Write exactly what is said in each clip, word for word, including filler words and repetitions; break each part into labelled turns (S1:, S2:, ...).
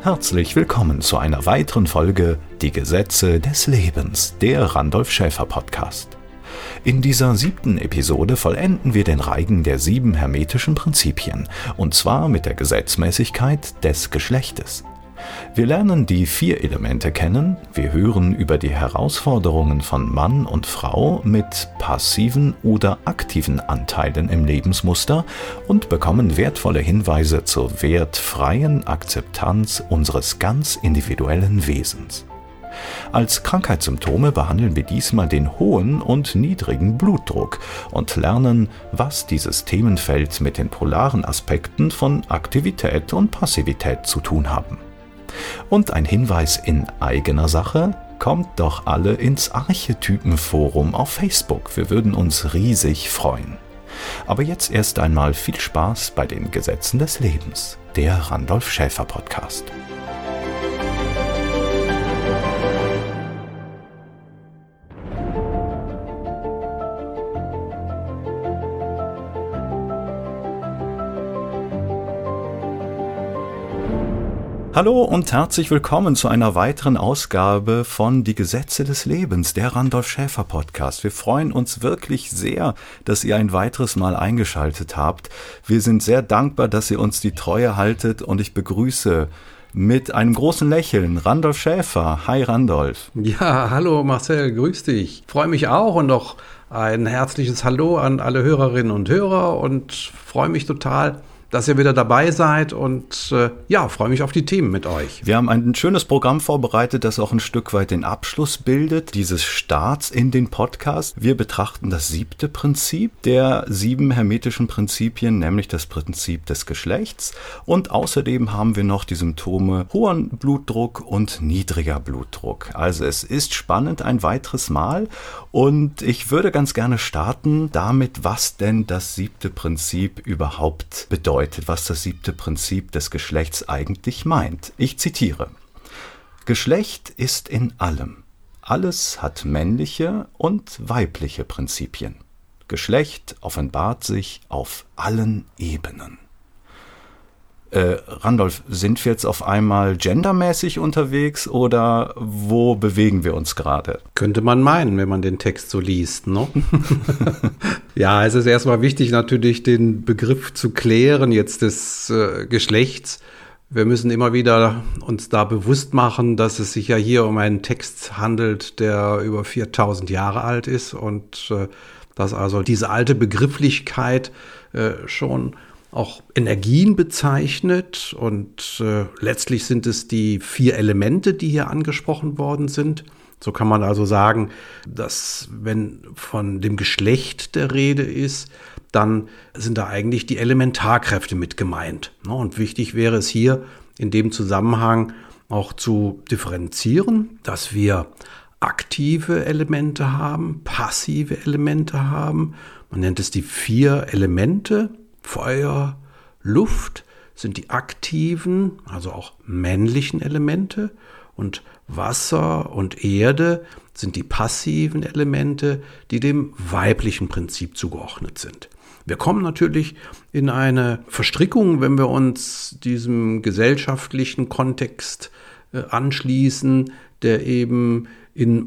S1: Herzlich willkommen zu einer weiteren Folge Die Gesetze des Lebens, der Randolph Schäfer Podcast. In dieser siebten Episode vollenden wir den Reigen der sieben hermetischen Prinzipien, und zwar mit der Gesetzmäßigkeit des Geschlechtes. Wir lernen die vier Elemente kennen, wir hören über die Herausforderungen von Mann und Frau mit passiven oder aktiven Anteilen im Lebensmuster und bekommen wertvolle Hinweise zur wertfreien Akzeptanz unseres ganz individuellen Wesens. Als Krankheitssymptome behandeln wir diesmal den hohen und niedrigen Blutdruck und lernen, was dieses Themenfeld mit den polaren Aspekten von Aktivität und Passivität zu tun haben. Und ein Hinweis in eigener Sache: kommt doch alle ins Archetypenforum auf Facebook. Wir würden uns riesig freuen. Aber jetzt erst einmal viel Spaß bei den Gesetzen des Lebens, der Randolph Schäfer Podcast. Hallo und herzlich willkommen zu einer weiteren Ausgabe von Die Gesetze des Lebens, der Randolph Schäfer Podcast. Wir freuen uns wirklich sehr, dass ihr ein weiteres Mal eingeschaltet habt. Wir sind sehr dankbar, dass ihr uns die Treue haltet, und ich begrüße mit einem großen Lächeln Randolph Schäfer. Hi Randolph.
S2: Ja, hallo Marcel, grüß dich. Freue mich auch, und noch ein herzliches Hallo an alle Hörerinnen und Hörer, und freue mich total, dass ihr wieder dabei seid, und äh, ja, freue mich auf die Themen mit euch.
S1: Wir haben ein schönes Programm vorbereitet, das auch ein Stück weit den Abschluss bildet, dieses Starts in den Podcast. Wir betrachten das siebte Prinzip der sieben hermetischen Prinzipien, nämlich das Prinzip des Geschlechts. Und außerdem haben wir noch die Symptome hoher Blutdruck und niedriger Blutdruck. Also es ist spannend ein weiteres Mal, und ich würde ganz gerne starten damit, was denn das siebte Prinzip überhaupt bedeutet. Was das siebte Prinzip des Geschlechts eigentlich meint. Ich zitiere: Geschlecht ist in allem. Alles hat männliche und weibliche Prinzipien. Geschlecht offenbart sich auf allen Ebenen. Äh, Randolph, sind wir jetzt auf einmal gendermäßig unterwegs, oder wo bewegen wir uns gerade?
S2: Könnte man meinen, wenn man den Text so liest, ne? Ja, es ist erstmal wichtig, natürlich den Begriff zu klären, jetzt des äh, Geschlechts. Wir müssen immer wieder uns da bewusst machen, dass es sich ja hier um einen Text handelt, der über viertausend Jahre alt ist, und äh, dass also diese alte Begrifflichkeit äh, schon auch Energien bezeichnet, und äh, letztlich sind es die vier Elemente, die hier angesprochen worden sind. So kann man also sagen, dass, wenn von dem Geschlecht der Rede ist, dann sind da eigentlich die Elementarkräfte mit gemeint. Und wichtig wäre es hier in dem Zusammenhang auch zu differenzieren, dass wir aktive Elemente haben, passive Elemente haben. Man nennt es die vier Elemente. Feuer, Luft sind die aktiven, also auch männlichen Elemente, und Wasser und Erde sind die passiven Elemente, die dem weiblichen Prinzip zugeordnet sind. Wir kommen natürlich in eine Verstrickung, wenn wir uns diesem gesellschaftlichen Kontext äh, anschließen, der eben in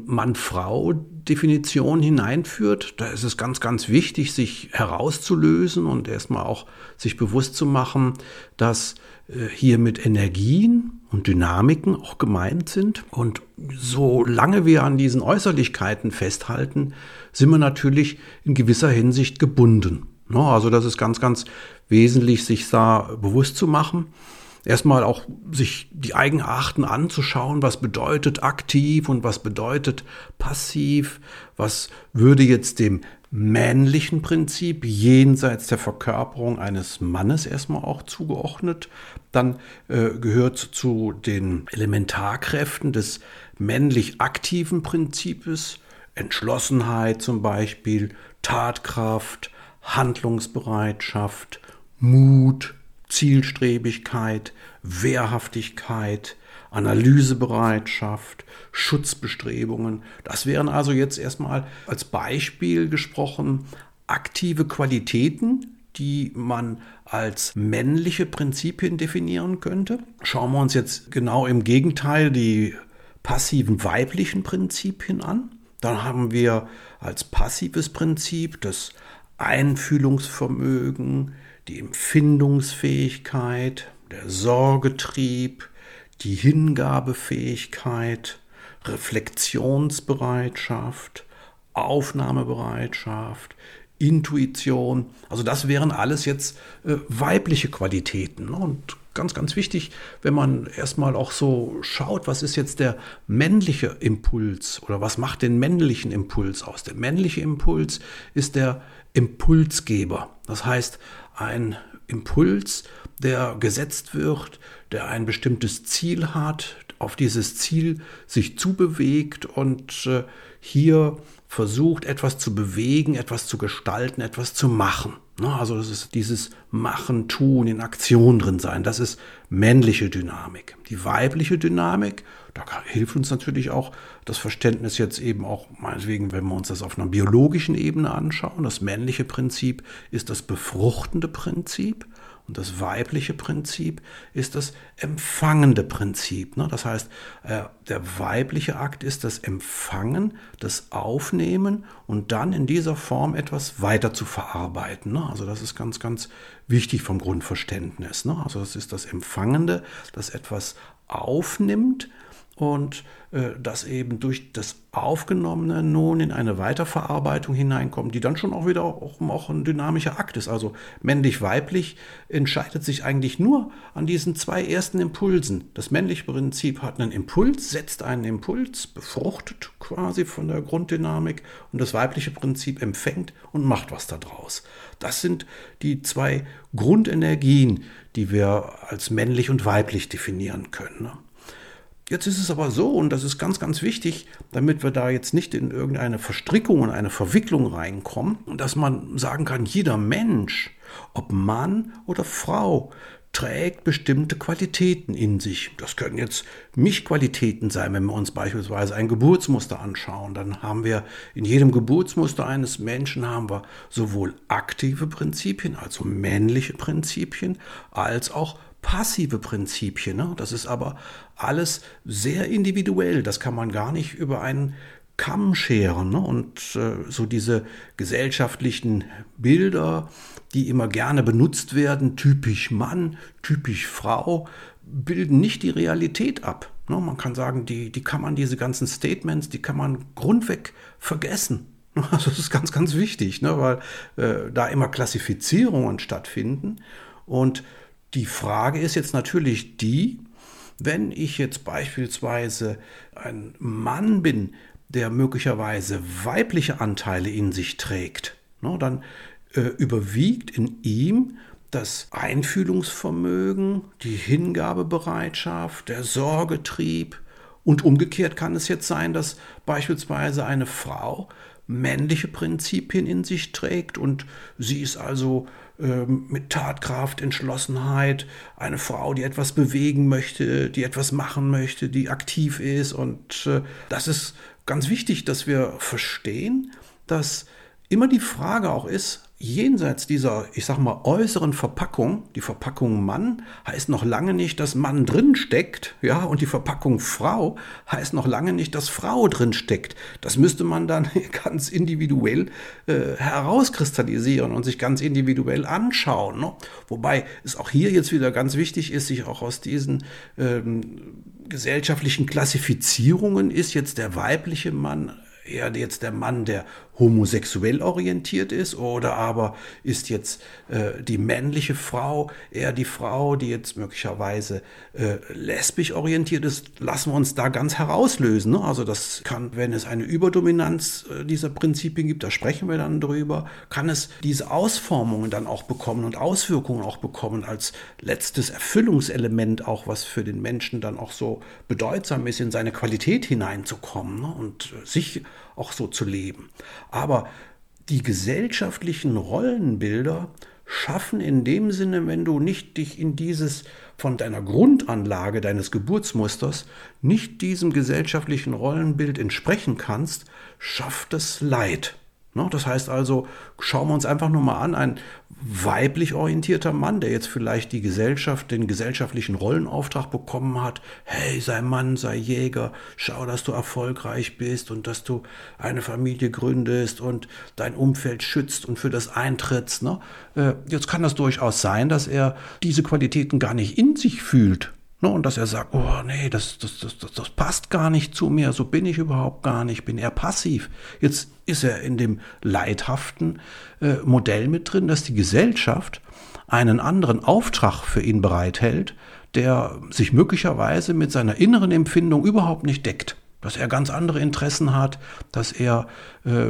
S2: Mann-Frau-Definition hineinführt. Da ist es ganz, ganz wichtig, sich herauszulösen und erstmal auch sich bewusst zu machen, dass äh, hier mit Energien und Dynamiken auch gemeint sind. Und solange wir an diesen Äußerlichkeiten festhalten, sind wir natürlich in gewisser Hinsicht gebunden. No, also das ist ganz, ganz wesentlich, sich da bewusst zu machen. Erstmal auch sich die Eigenarten anzuschauen, was bedeutet aktiv und was bedeutet passiv, was würde jetzt dem männlichen Prinzip jenseits der Verkörperung eines Mannes erstmal auch zugeordnet. Dann äh, gehört zu den Elementarkräften des männlich aktiven Prinzips Entschlossenheit zum Beispiel, Tatkraft, Handlungsbereitschaft, Mut, Zielstrebigkeit, Wehrhaftigkeit, Analysebereitschaft, Schutzbestrebungen. Das wären also jetzt erstmal als Beispiel gesprochen aktive Qualitäten, die man als männliche Prinzipien definieren könnte. Schauen wir uns jetzt genau im Gegenteil die passiven weiblichen Prinzipien an. Dann haben wir als passives Prinzip das Einfühlungsvermögen, die Empfindungsfähigkeit, der Sorgetrieb, die Hingabefähigkeit, Reflexionsbereitschaft, Aufnahmebereitschaft, Intuition. Also das wären alles jetzt äh, weibliche Qualitäten. Und ganz, ganz wichtig, wenn man erstmal auch so schaut, was ist jetzt der männliche Impuls oder was macht den männlichen Impuls aus? Der männliche Impuls ist der Impulsgeber. Das heißt, ein Impuls, der gesetzt wird, der ein bestimmtes Ziel hat, auf dieses Ziel sich zubewegt und äh, hier versucht, etwas zu bewegen, etwas zu gestalten, etwas zu machen. Also das ist dieses Machen, Tun, in Aktion drin sein. Das ist männliche Dynamik. Die weibliche Dynamik, da hilft uns natürlich auch das Verständnis jetzt eben auch, meinetwegen, wenn wir uns das auf einer biologischen Ebene anschauen. Das männliche Prinzip ist das befruchtende Prinzip. Und das weibliche Prinzip ist das empfangende Prinzip. Das heißt, der weibliche Akt ist das Empfangen, das Aufnehmen und dann in dieser Form etwas weiter zu verarbeiten. Also das ist ganz, ganz wichtig vom Grundverständnis. Also das ist das Empfangende, das etwas aufnimmt und äh, das eben durch das Aufgenommene nun in eine Weiterverarbeitung hineinkommt, die dann schon auch wieder auch, auch ein dynamischer Akt ist. Also männlich-weiblich entscheidet sich eigentlich nur an diesen zwei ersten Impulsen. Das männliche Prinzip hat einen Impuls, setzt einen Impuls, befruchtet quasi von der Grunddynamik und das weibliche Prinzip empfängt und macht was daraus. Das sind die zwei Grundenergien, die wir als männlich und weiblich definieren können. Jetzt ist es aber so, und das ist ganz, ganz wichtig, damit wir da jetzt nicht in irgendeine Verstrickung und eine Verwicklung reinkommen, dass man sagen kann, jeder Mensch, ob Mann oder Frau, trägt bestimmte Qualitäten in sich. Das können jetzt Mischqualitäten sein, wenn wir uns beispielsweise ein Geburtsmuster anschauen. Dann haben wir in jedem Geburtsmuster eines Menschen haben wir sowohl aktive Prinzipien, also männliche Prinzipien, als auch passive Prinzipien. Ne? Das ist aber alles sehr individuell. Das kann man gar nicht über einen Kamm scheren. Ne? Und äh, so diese gesellschaftlichen Bilder, die immer gerne benutzt werden, typisch Mann, typisch Frau, bilden nicht die Realität ab. Ne? Man kann sagen, die, die kann man, diese ganzen Statements, die kann man grundweg vergessen. Also das ist ganz, ganz wichtig, ne? Weil äh, da immer Klassifizierungen stattfinden. Und die Frage ist jetzt natürlich die, wenn ich jetzt beispielsweise ein Mann bin, der möglicherweise weibliche Anteile in sich trägt, ne, dann äh, überwiegt in ihm das Einfühlungsvermögen, die Hingabebereitschaft, der Sorgetrieb. Und umgekehrt kann es jetzt sein, dass beispielsweise eine Frau männliche Prinzipien in sich trägt und sie ist also äh, mit Tatkraft, Entschlossenheit eine Frau, die etwas bewegen möchte, die etwas machen möchte, die aktiv ist. Und äh, das ist ganz wichtig, dass wir verstehen, dass immer die Frage auch ist, jenseits dieser, ich sag mal, äußeren Verpackung, die Verpackung Mann heißt noch lange nicht, dass Mann drin steckt, ja, und die Verpackung Frau heißt noch lange nicht, dass Frau drin steckt. Das müsste man dann ganz individuell äh, herauskristallisieren und sich ganz individuell anschauen. Ne? Wobei es auch hier jetzt wieder ganz wichtig ist, sich auch aus diesen ähm, gesellschaftlichen Klassifizierungen ist jetzt der weibliche Mann eher jetzt der Mann, der homosexuell orientiert ist, oder aber ist jetzt äh, die männliche Frau eher die Frau, die jetzt möglicherweise äh, lesbisch orientiert ist, lassen wir uns da ganz herauslösen. Ne? Also das kann, wenn es eine Überdominanz äh, dieser Prinzipien gibt, da sprechen wir dann drüber, kann es diese Ausformungen dann auch bekommen und Auswirkungen auch bekommen als letztes Erfüllungselement auch, was für den Menschen dann auch so bedeutsam ist, in seine Qualität hineinzukommen, ne? Und äh, sich auch so zu leben. Aber die gesellschaftlichen Rollenbilder schaffen in dem Sinne, wenn du nicht dich in dieses von deiner Grundanlage, deines Geburtsmusters, nicht diesem gesellschaftlichen Rollenbild entsprechen kannst, schafft es Leid. Das heißt also, schauen wir uns einfach nur mal an, ein
S3: weiblich orientierter Mann, der jetzt vielleicht die Gesellschaft, den gesellschaftlichen Rollenauftrag bekommen hat, hey, sei Mann, sei Jäger, schau, dass du erfolgreich bist und dass du eine Familie gründest und dein Umfeld schützt und für das eintrittst. Ne? Jetzt kann das durchaus sein, dass er diese Qualitäten gar nicht in sich fühlt. Und dass er sagt, oh nee, das, das, das, das, das passt gar nicht zu mir, so bin ich überhaupt gar nicht, ich bin eher passiv. Jetzt ist er in dem leidhaften äh, Modell mit drin, dass die Gesellschaft einen anderen Auftrag für ihn bereithält, der sich möglicherweise mit seiner inneren Empfindung überhaupt nicht deckt. Dass er ganz andere Interessen hat, dass er äh,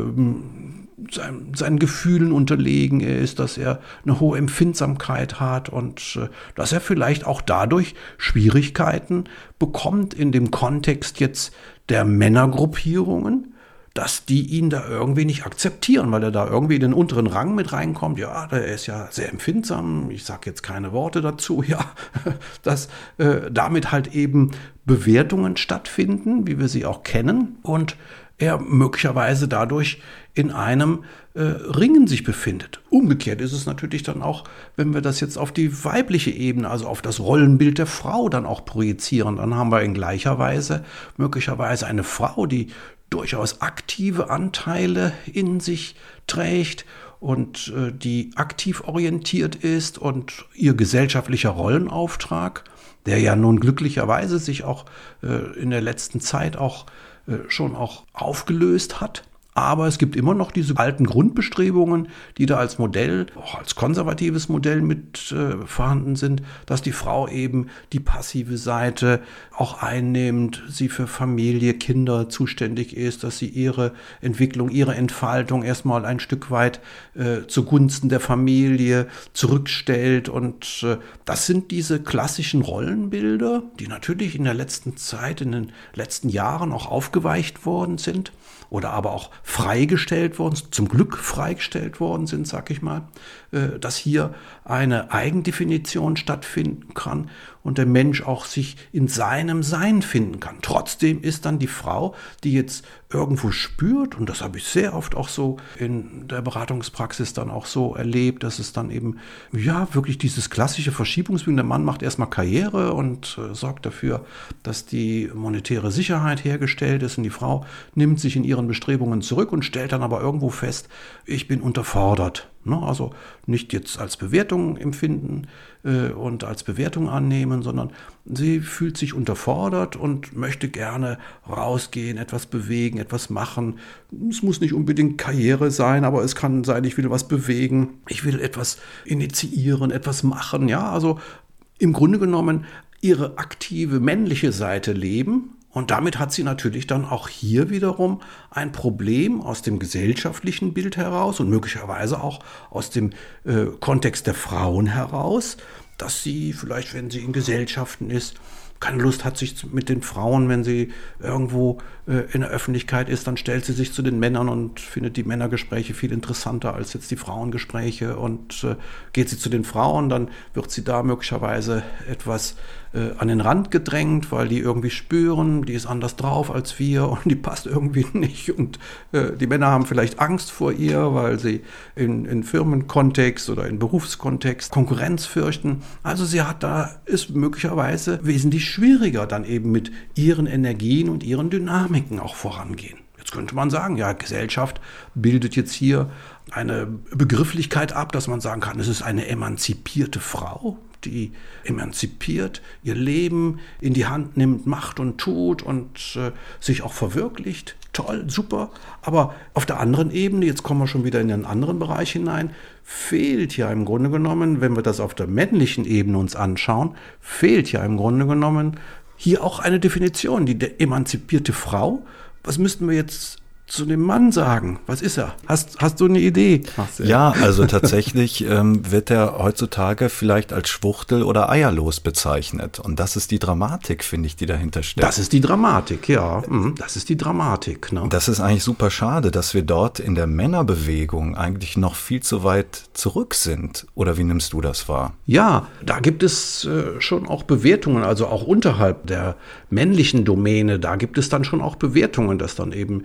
S3: sein, seinen Gefühlen unterlegen ist, dass er eine hohe Empfindsamkeit hat und äh, dass er vielleicht auch dadurch Schwierigkeiten bekommt in dem Kontext jetzt der Männergruppierungen, dass die ihn da irgendwie nicht akzeptieren, weil er da irgendwie in den unteren Rang mit reinkommt. Ja, der ist ja sehr empfindsam, ich sage jetzt keine Worte dazu, ja, dass äh, damit halt eben Bewertungen stattfinden, wie wir sie auch kennen, und er möglicherweise dadurch in einem äh, Ringen sich befindet. Umgekehrt ist es natürlich dann auch, wenn wir das jetzt auf die weibliche Ebene, also auf das Rollenbild der Frau dann auch projizieren, dann haben wir in gleicher Weise möglicherweise eine Frau, die durchaus aktive Anteile in sich trägt und äh, die aktiv orientiert ist, und ihr gesellschaftlicher Rollenauftrag, der ja nun glücklicherweise sich auch äh, in der letzten Zeit auch äh, schon auch aufgelöst hat. Aber es gibt immer noch diese alten Grundbestrebungen, die da als Modell, auch als konservatives Modell mit äh, vorhanden sind, dass die Frau eben die passive Seite auch einnimmt, sie für Familie, Kinder zuständig ist, dass sie ihre Entwicklung, ihre Entfaltung erstmal ein Stück weit äh, zugunsten der Familie zurückstellt. Und äh, das sind diese klassischen Rollenbilder, die natürlich in der letzten Zeit, in den letzten Jahren auch aufgeweicht worden sind oder aber auch freigestellt worden, zum Glück freigestellt worden sind, sag ich mal, dass hier eine Eigendefinition stattfinden kann und der Mensch auch sich in seinem Sein finden kann. Trotzdem ist dann die Frau, die jetzt irgendwo spürt, und das habe ich sehr oft auch so in der Beratungspraxis dann auch so erlebt, dass es dann eben, ja, wirklich dieses klassische Verschiebungsbild, der Mann macht erstmal Karriere und äh, sorgt dafür, dass die monetäre Sicherheit hergestellt ist, und die Frau nimmt sich in ihren Bestrebungen zurück und stellt dann aber irgendwo fest, ich bin unterfordert. Also nicht jetzt als Bewertung empfinden äh, und als Bewertung annehmen, sondern sie fühlt sich unterfordert und möchte gerne rausgehen, etwas bewegen, etwas machen. Es muss nicht unbedingt Karriere sein, aber es kann sein, ich will was bewegen, ich will etwas initiieren, etwas machen. Ja, also im Grunde genommen ihre aktive männliche Seite leben. Und damit hat sie natürlich dann auch hier wiederum ein Problem aus dem gesellschaftlichen Bild heraus und möglicherweise auch aus dem äh, Kontext der Frauen heraus, dass sie vielleicht, wenn sie in Gesellschaften ist, keine Lust hat, sich mit den Frauen, wenn sie irgendwo äh, in der Öffentlichkeit ist, dann stellt sie sich zu den Männern und findet die Männergespräche viel interessanter als jetzt die Frauengespräche, und äh, geht sie zu den Frauen, dann wird sie da möglicherweise etwas äh, an den Rand gedrängt, weil die irgendwie spüren, die ist anders drauf als wir und die passt irgendwie nicht, und äh, die Männer haben vielleicht Angst vor ihr, weil sie in, in Firmenkontext oder in Berufskontext Konkurrenz fürchten. Also sie hat da, ist möglicherweise wesentlich schwieriger dann eben mit ihren Energien und ihren Dynamiken auch vorangehen. Jetzt könnte man sagen, ja, Gesellschaft bildet jetzt hier eine Begrifflichkeit ab, dass man sagen kann, es ist eine emanzipierte Frau, die emanzipiert, ihr Leben in die Hand nimmt, macht und tut und äh, sich auch verwirklicht. Toll, super. Aber auf der anderen Ebene, jetzt kommen wir schon wieder in einen anderen Bereich hinein, fehlt ja im Grunde genommen, wenn wir das auf der männlichen Ebene uns anschauen, fehlt ja im Grunde genommen hier auch eine Definition, die der emanzipierte Frau. Was müssten wir jetzt zu dem Mann sagen? Was ist er? Hast, hast du eine Idee, Marcel?
S1: Ja, also tatsächlich ähm, wird er heutzutage vielleicht als Schwuchtel oder eierlos bezeichnet. Und das ist die Dramatik, finde ich, die dahinter steckt.
S3: Das ist die Dramatik, ja. Das ist die Dramatik. Ne?
S1: Das ist eigentlich super schade, dass wir dort in der Männerbewegung eigentlich noch viel zu weit zurück sind. Oder wie nimmst du das wahr?
S3: Ja, da gibt es äh, schon auch Bewertungen, also auch unterhalb der männlichen Domäne, da gibt es dann schon auch Bewertungen, dass dann eben der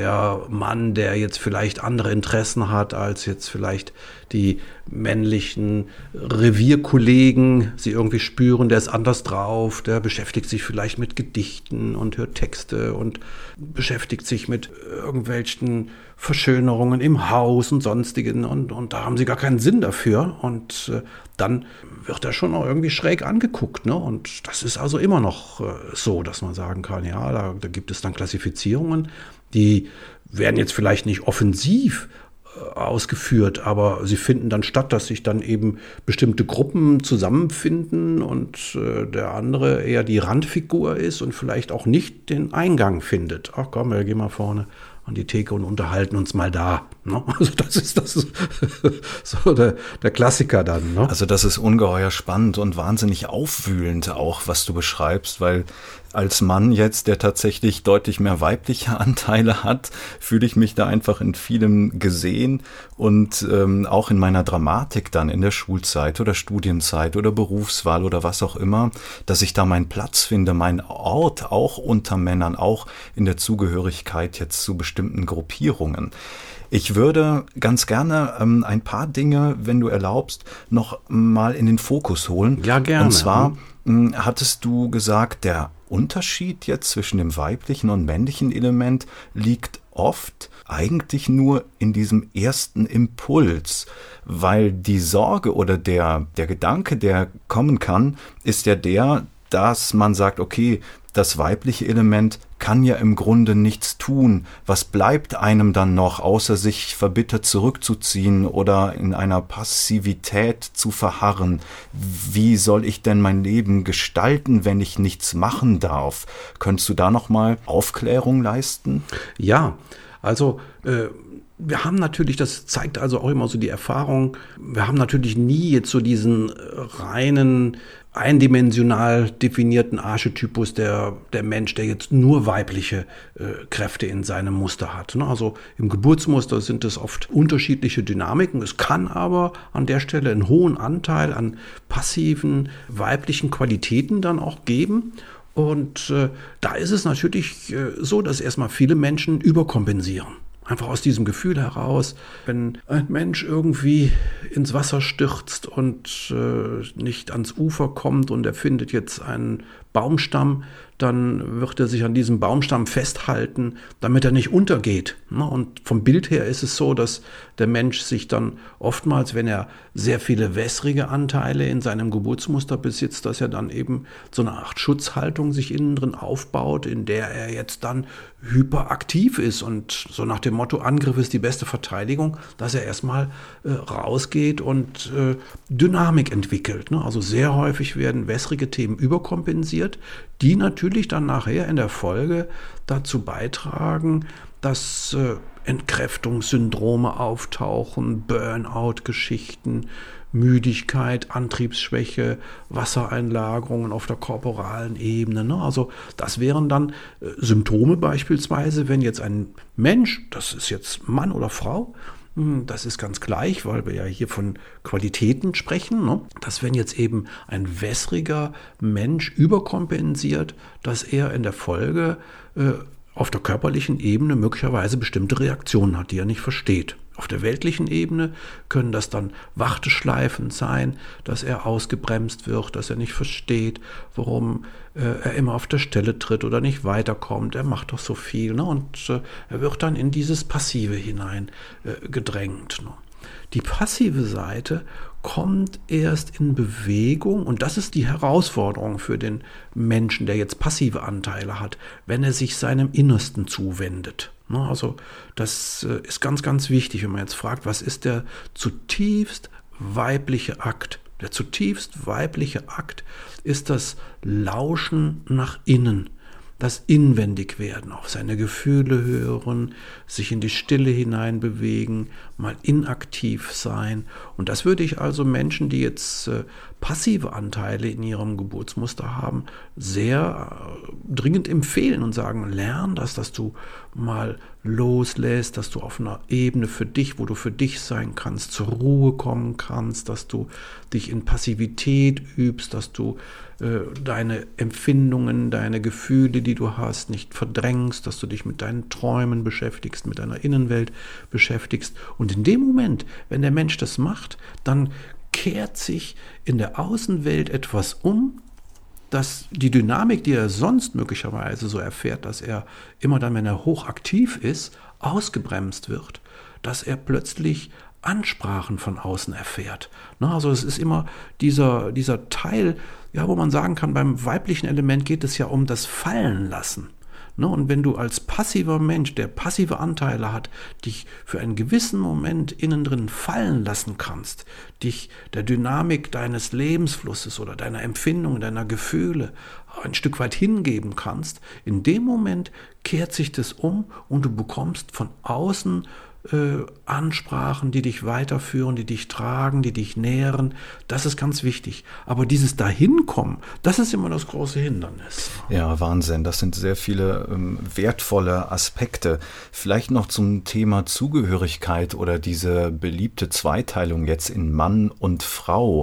S3: der Mann, der jetzt vielleicht andere Interessen hat als jetzt vielleicht die männlichen Revierkollegen, sie irgendwie spüren, der ist anders drauf, der beschäftigt sich vielleicht mit Gedichten und hört Texte und beschäftigt sich mit irgendwelchen Verschönerungen im Haus und sonstigen und, und da haben sie gar keinen Sinn dafür und äh, dann wird er schon auch irgendwie schräg angeguckt, ne? Und das ist also immer noch äh, so, dass man sagen kann, ja, da, da gibt es dann Klassifizierungen, die werden jetzt vielleicht nicht offensiv äh, ausgeführt, aber sie finden dann statt, dass sich dann eben bestimmte Gruppen zusammenfinden und äh, der andere eher die Randfigur ist und vielleicht auch nicht den Eingang findet. Ach komm, wir gehen mal vorne an die Theke und unterhalten uns mal da. Ne? Also das ist, das ist so der, der Klassiker dann. Ne?
S1: Also das ist ungeheuer spannend und wahnsinnig aufwühlend auch, was du beschreibst, weil als Mann jetzt, der tatsächlich deutlich mehr weibliche Anteile hat, fühle ich mich da einfach in vielem gesehen und ähm, auch in meiner Dramatik dann in der Schulzeit oder Studienzeit oder Berufswahl oder was auch immer, dass ich da meinen Platz finde, meinen Ort auch unter Männern, auch in der Zugehörigkeit jetzt zu bestimmten Gruppierungen. Ich würde ganz gerne ähm, ein paar Dinge, wenn du erlaubst, noch mal in den Fokus holen.
S3: Ja, gerne.
S1: Und zwar mh, hattest du gesagt, der Unterschied jetzt zwischen dem weiblichen und männlichen Element liegt oft eigentlich nur in diesem ersten Impuls, weil die Sorge oder der, der Gedanke, der kommen kann, ist ja der, dass man sagt, okay, das weibliche Element kann ja im Grunde nichts tun. Was bleibt einem dann noch, außer sich verbittert zurückzuziehen oder in einer Passivität zu verharren? Wie soll ich denn mein Leben gestalten, wenn ich nichts machen darf? Könntest du da noch mal Aufklärung leisten?
S3: Ja, also äh wir haben natürlich, das zeigt also auch immer so die Erfahrung, wir haben natürlich nie jetzt so diesen reinen, eindimensional definierten Archetypus der, der Mensch, der jetzt nur weibliche äh, Kräfte in seinem Muster hat. Ne? Also im Geburtsmuster sind es oft unterschiedliche Dynamiken. Es kann aber an der Stelle einen hohen Anteil an passiven weiblichen Qualitäten dann auch geben. Und äh, da ist es natürlich äh, so, dass erstmal viele Menschen überkompensieren. Einfach aus diesem Gefühl heraus, wenn ein Mensch irgendwie ins Wasser stürzt und äh, nicht ans Ufer kommt und er findet jetzt einen Baumstamm, dann wird er sich an diesem Baumstamm festhalten, damit er nicht untergeht. Und vom Bild her ist es so, dass der Mensch sich dann oftmals, wenn er sehr viele wässrige Anteile in seinem Geburtsmuster besitzt, dass er dann eben so eine Art Schutzhaltung sich innen drin aufbaut, in der er jetzt dann hyperaktiv ist und so nach dem Motto, Angriff ist die beste Verteidigung, dass er erstmal äh, rausgeht und äh, Dynamik entwickelt. Ne? Also sehr häufig werden wässrige Themen überkompensiert, die natürlich dann nachher in der Folge dazu beitragen, dass äh, Entkräftungssyndrome auftauchen, Burnout-Geschichten, Müdigkeit, Antriebsschwäche, Wassereinlagerungen auf der korporalen Ebene. Ne? Also das wären dann äh, Symptome beispielsweise, wenn jetzt ein Mensch, das ist jetzt Mann oder Frau, das ist ganz gleich, weil wir ja hier von Qualitäten sprechen, ne? Dass wenn jetzt eben ein wässriger Mensch überkompensiert, dass er in der Folge äh, auf der körperlichen Ebene möglicherweise bestimmte Reaktionen hat, die er nicht versteht. Auf der weltlichen Ebene können das dann Warteschleifen sein, dass er ausgebremst wird, dass er nicht versteht, warum äh, er immer auf der Stelle tritt oder nicht weiterkommt. Er macht doch so viel, ne? Und äh, er wird dann in dieses Passive hinein äh, gedrängt. Ne? Die passive Seite kommt erst in Bewegung und das ist die Herausforderung für den Menschen, der jetzt passive Anteile hat, wenn er sich seinem Innersten zuwendet. Also das ist ganz, ganz wichtig, wenn man jetzt fragt, was ist der zutiefst weibliche Akt? Der zutiefst weibliche Akt ist das Lauschen nach innen, das Inwendigwerden, auf seine Gefühle hören, sich in die Stille hinein bewegen, mal inaktiv sein. Und das würde ich also Menschen, die jetzt äh, passive Anteile in ihrem Geburtsmuster haben, sehr äh, dringend empfehlen und sagen, lern das, dass du mal loslässt, dass du auf einer Ebene für dich, wo du für dich sein kannst, zur Ruhe kommen kannst, dass du dich in Passivität übst, dass du äh, deine Empfindungen, deine Gefühle, die die du hast, nicht verdrängst, dass du dich mit deinen Träumen beschäftigst, mit deiner Innenwelt beschäftigst. Und in dem Moment, wenn der Mensch das macht, dann kehrt sich in der Außenwelt etwas um, dass die Dynamik, die er sonst möglicherweise so erfährt, dass er immer dann, wenn er hochaktiv ist, ausgebremst wird, dass er plötzlich Ansprachen von außen erfährt. Also es ist immer dieser, dieser Teil, ja, wo man sagen kann, beim weiblichen Element geht es ja um das Fallenlassen. Und wenn du als passiver Mensch, der passive Anteile hat, dich für einen gewissen Moment innen drin fallen lassen kannst, dich der Dynamik deines Lebensflusses oder deiner Empfindungen, deiner Gefühle ein Stück weit hingeben kannst, in dem Moment kehrt sich das um und du bekommst von außen Äh, Ansprachen, die dich weiterführen, die dich tragen, die dich nähren. Das ist ganz wichtig. Aber dieses Dahinkommen, das ist immer das große Hindernis.
S1: Ja, Wahnsinn. Das sind sehr viele ähm, wertvolle Aspekte. Vielleicht noch zum Thema Zugehörigkeit oder diese beliebte Zweiteilung jetzt in Mann und Frau.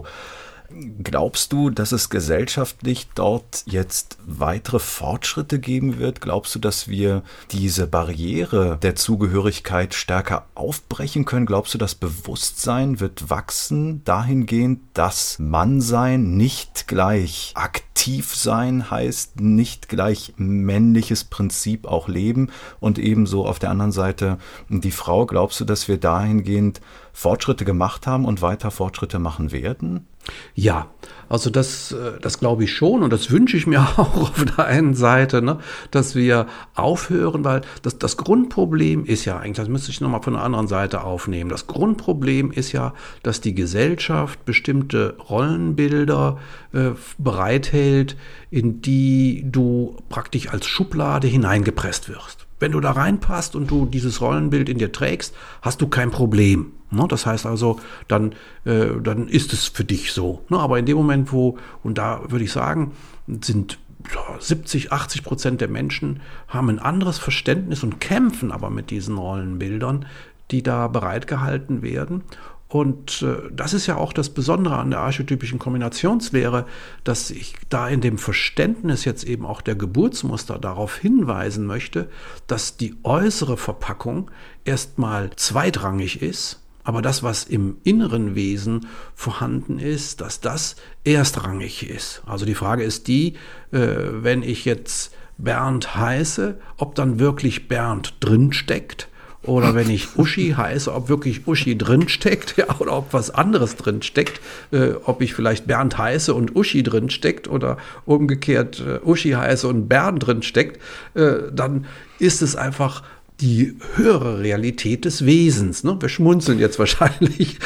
S1: Glaubst du, dass es gesellschaftlich dort jetzt weitere Fortschritte geben wird? Glaubst du, dass wir diese Barriere der Zugehörigkeit stärker aufbrechen können? Glaubst du, das Bewusstsein wird wachsen dahingehend, dass Mannsein nicht gleich aktiv sein heißt, nicht gleich männliches Prinzip auch leben und ebenso auf der anderen Seite die Frau? Glaubst du, dass wir dahingehend Fortschritte gemacht haben und weiter Fortschritte machen werden?
S3: Ja, also das, das glaube ich schon und das wünsche ich mir auch auf der einen Seite, ne, dass wir aufhören, weil das, das Grundproblem ist ja eigentlich, das müsste ich nochmal von der anderen Seite aufnehmen, das Grundproblem ist ja, dass die Gesellschaft bestimmte Rollenbilder äh, bereithält, in die du praktisch als Schublade hineingepresst wirst. Wenn du da reinpasst und du dieses Rollenbild in dir trägst, hast du kein Problem. Das heißt also, dann, äh, dann ist es für dich so. Aber in dem Moment, wo, und da würde ich sagen, sind siebzig, achtzig Prozent der Menschen haben ein anderes Verständnis und kämpfen aber mit diesen Rollenbildern, die da bereitgehalten werden. Und äh, das ist ja auch das Besondere an der archetypischen Kombinationslehre, dass ich da in dem Verständnis jetzt eben auch der Geburtsmuster darauf hinweisen möchte, dass die äußere Verpackung erstmal zweitrangig ist, aber das, was im inneren Wesen vorhanden ist, dass das erstrangig ist. Also die Frage ist die, äh, wenn ich jetzt Bernd heiße, ob dann wirklich Bernd drinsteckt. Oder wenn ich Uschi heiße, ob wirklich Uschi drinsteckt, ja, oder ob was anderes drinsteckt, äh, ob ich vielleicht Bernd heiße und Uschi drinsteckt oder umgekehrt äh, Uschi heiße und Bernd drinsteckt, äh, dann ist es einfach die höhere Realität des Wesens. Ne? Wir schmunzeln jetzt wahrscheinlich.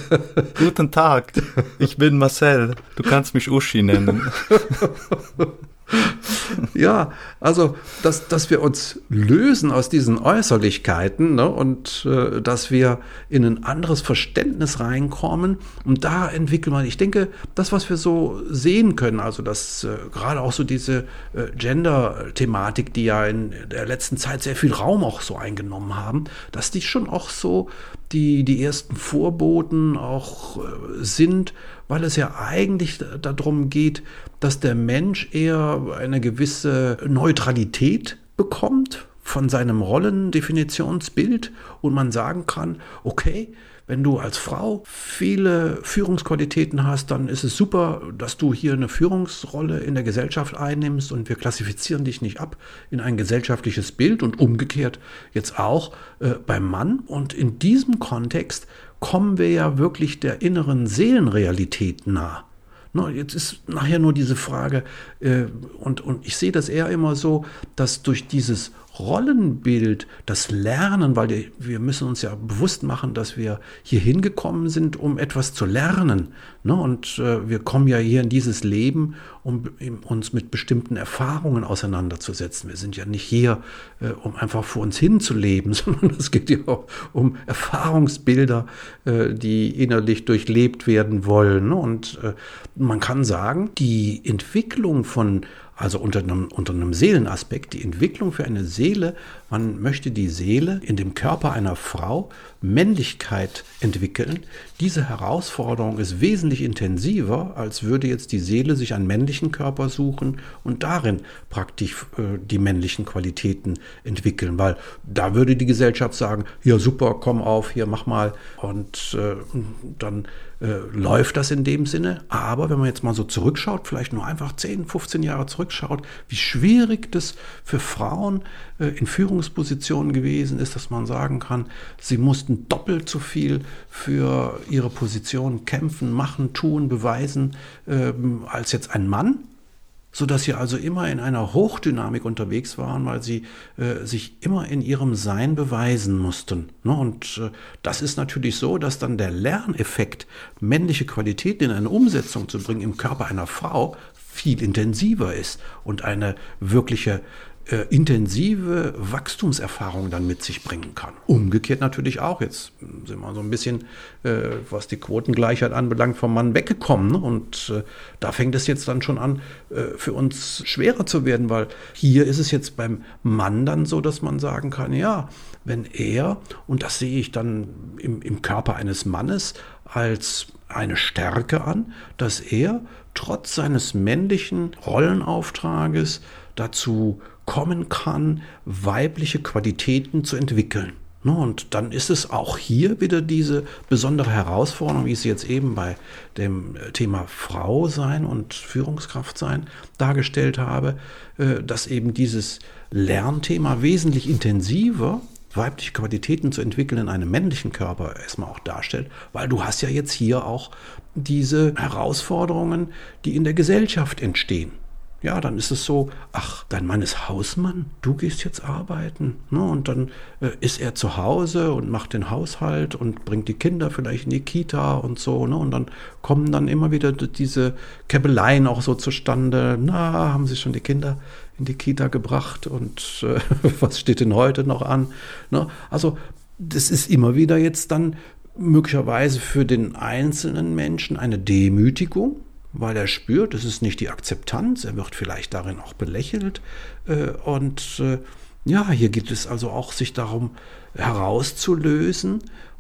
S1: Guten Tag, ich bin Marcel, du kannst mich Uschi nennen.
S3: Ja, also, dass, dass wir uns lösen aus diesen Äußerlichkeiten, ne, und äh, dass wir in ein anderes Verständnis reinkommen und da entwickeln wir, ich denke, das, was wir so sehen können, also dass äh, gerade auch so diese äh, Gender-Thematik, die ja in der letzten Zeit sehr viel Raum auch so eingenommen haben, dass die schon auch so die, die ersten Vorboten auch äh, sind, weil es ja eigentlich darum geht, dass der Mensch eher eine gewisse Neutralität bekommt von seinem Rollendefinitionsbild und man sagen kann, okay, wenn du als Frau viele Führungsqualitäten hast, dann ist es super, dass du hier eine Führungsrolle in der Gesellschaft einnimmst und wir klassifizieren dich nicht ab in ein gesellschaftliches Bild und umgekehrt jetzt auch äh, beim Mann. Und in diesem Kontext kommen wir ja wirklich der inneren Seelenrealität nah. No, jetzt ist nachher nur diese Frage, äh, und, und ich sehe das eher immer so, dass durch dieses Rollenbild, das Lernen, weil die, wir müssen uns ja bewusst machen, dass wir hier hingekommen sind, um etwas zu lernen. Ne? Und äh, wir kommen ja hier in dieses Leben, um uns mit bestimmten Erfahrungen auseinanderzusetzen. Wir sind ja nicht hier, äh, um einfach vor uns hinzuleben, sondern es geht ja auch um Erfahrungsbilder, äh, die innerlich durchlebt werden wollen. Ne? Und äh, man kann sagen, die Entwicklung von Also unter einem, unter einem Seelenaspekt, die Entwicklung für eine Seele, man möchte die Seele in dem Körper einer Frau Männlichkeit entwickeln. Diese Herausforderung ist wesentlich intensiver, als würde jetzt die Seele sich einen männlichen Körper suchen und darin praktisch äh, die männlichen Qualitäten entwickeln, weil da würde die Gesellschaft sagen, ja super, komm auf, hier mach mal und äh, dann äh, läuft das in dem Sinne. Aber wenn man jetzt mal so zurückschaut, vielleicht nur einfach zehn, fünfzehn Jahre zurückschaut, wie schwierig das für Frauen äh, in Führungspositionen gewesen ist, dass man sagen kann, sie mussten doppelt so viel für ihre Position kämpfen, machen, tun, beweisen, ähm, als jetzt ein Mann, sodass sie also immer in einer Hochdynamik unterwegs waren, weil sie äh, sich immer in ihrem Sein beweisen mussten. Ne? Und äh, das ist natürlich so, dass dann der Lerneffekt, männliche Qualitäten in eine Umsetzung zu bringen im Körper einer Frau, viel intensiver ist und eine wirkliche äh, intensive Wachstumserfahrung dann mit sich bringen kann. Umgekehrt natürlich auch. Jetzt sind wir so ein bisschen, äh, was die Quotengleichheit anbelangt, vom Mann weggekommen. Ne? Und äh, da fängt es jetzt dann schon an, äh, für uns schwerer zu werden, weil hier ist es jetzt beim Mann dann so, dass man sagen kann, ja, wenn er, und das sehe ich dann im, im Körper eines Mannes als eine Stärke an, dass er trotz seines männlichen Rollenauftrages dazu kommen kann, weibliche Qualitäten zu entwickeln. Und dann ist es auch hier wieder diese besondere Herausforderung, wie ich sie jetzt eben bei dem Thema Frau sein und Führungskraft sein dargestellt habe, dass eben dieses Lernthema wesentlich intensiver weibliche Qualitäten zu entwickeln in einem männlichen Körper erstmal auch darstellt, weil du hast ja jetzt hier auch diese Herausforderungen, die in der Gesellschaft entstehen. Ja, dann ist es so, ach, dein Mann ist Hausmann, du gehst jetzt arbeiten. Ne? Und dann äh, ist er zu Hause und macht den Haushalt und bringt die Kinder vielleicht in die Kita und so. Ne? Und dann kommen dann immer wieder diese Käbeleien auch so zustande. Na, haben sie schon die Kinder in die Kita gebracht und äh, was steht denn heute noch an? Ne? Also das ist immer wieder jetzt dann möglicherweise für den einzelnen Menschen eine Demütigung, weil er spürt, es ist nicht die Akzeptanz, er wird vielleicht darin auch belächelt. Und ja, hier geht es also auch, sich darum herauszulösen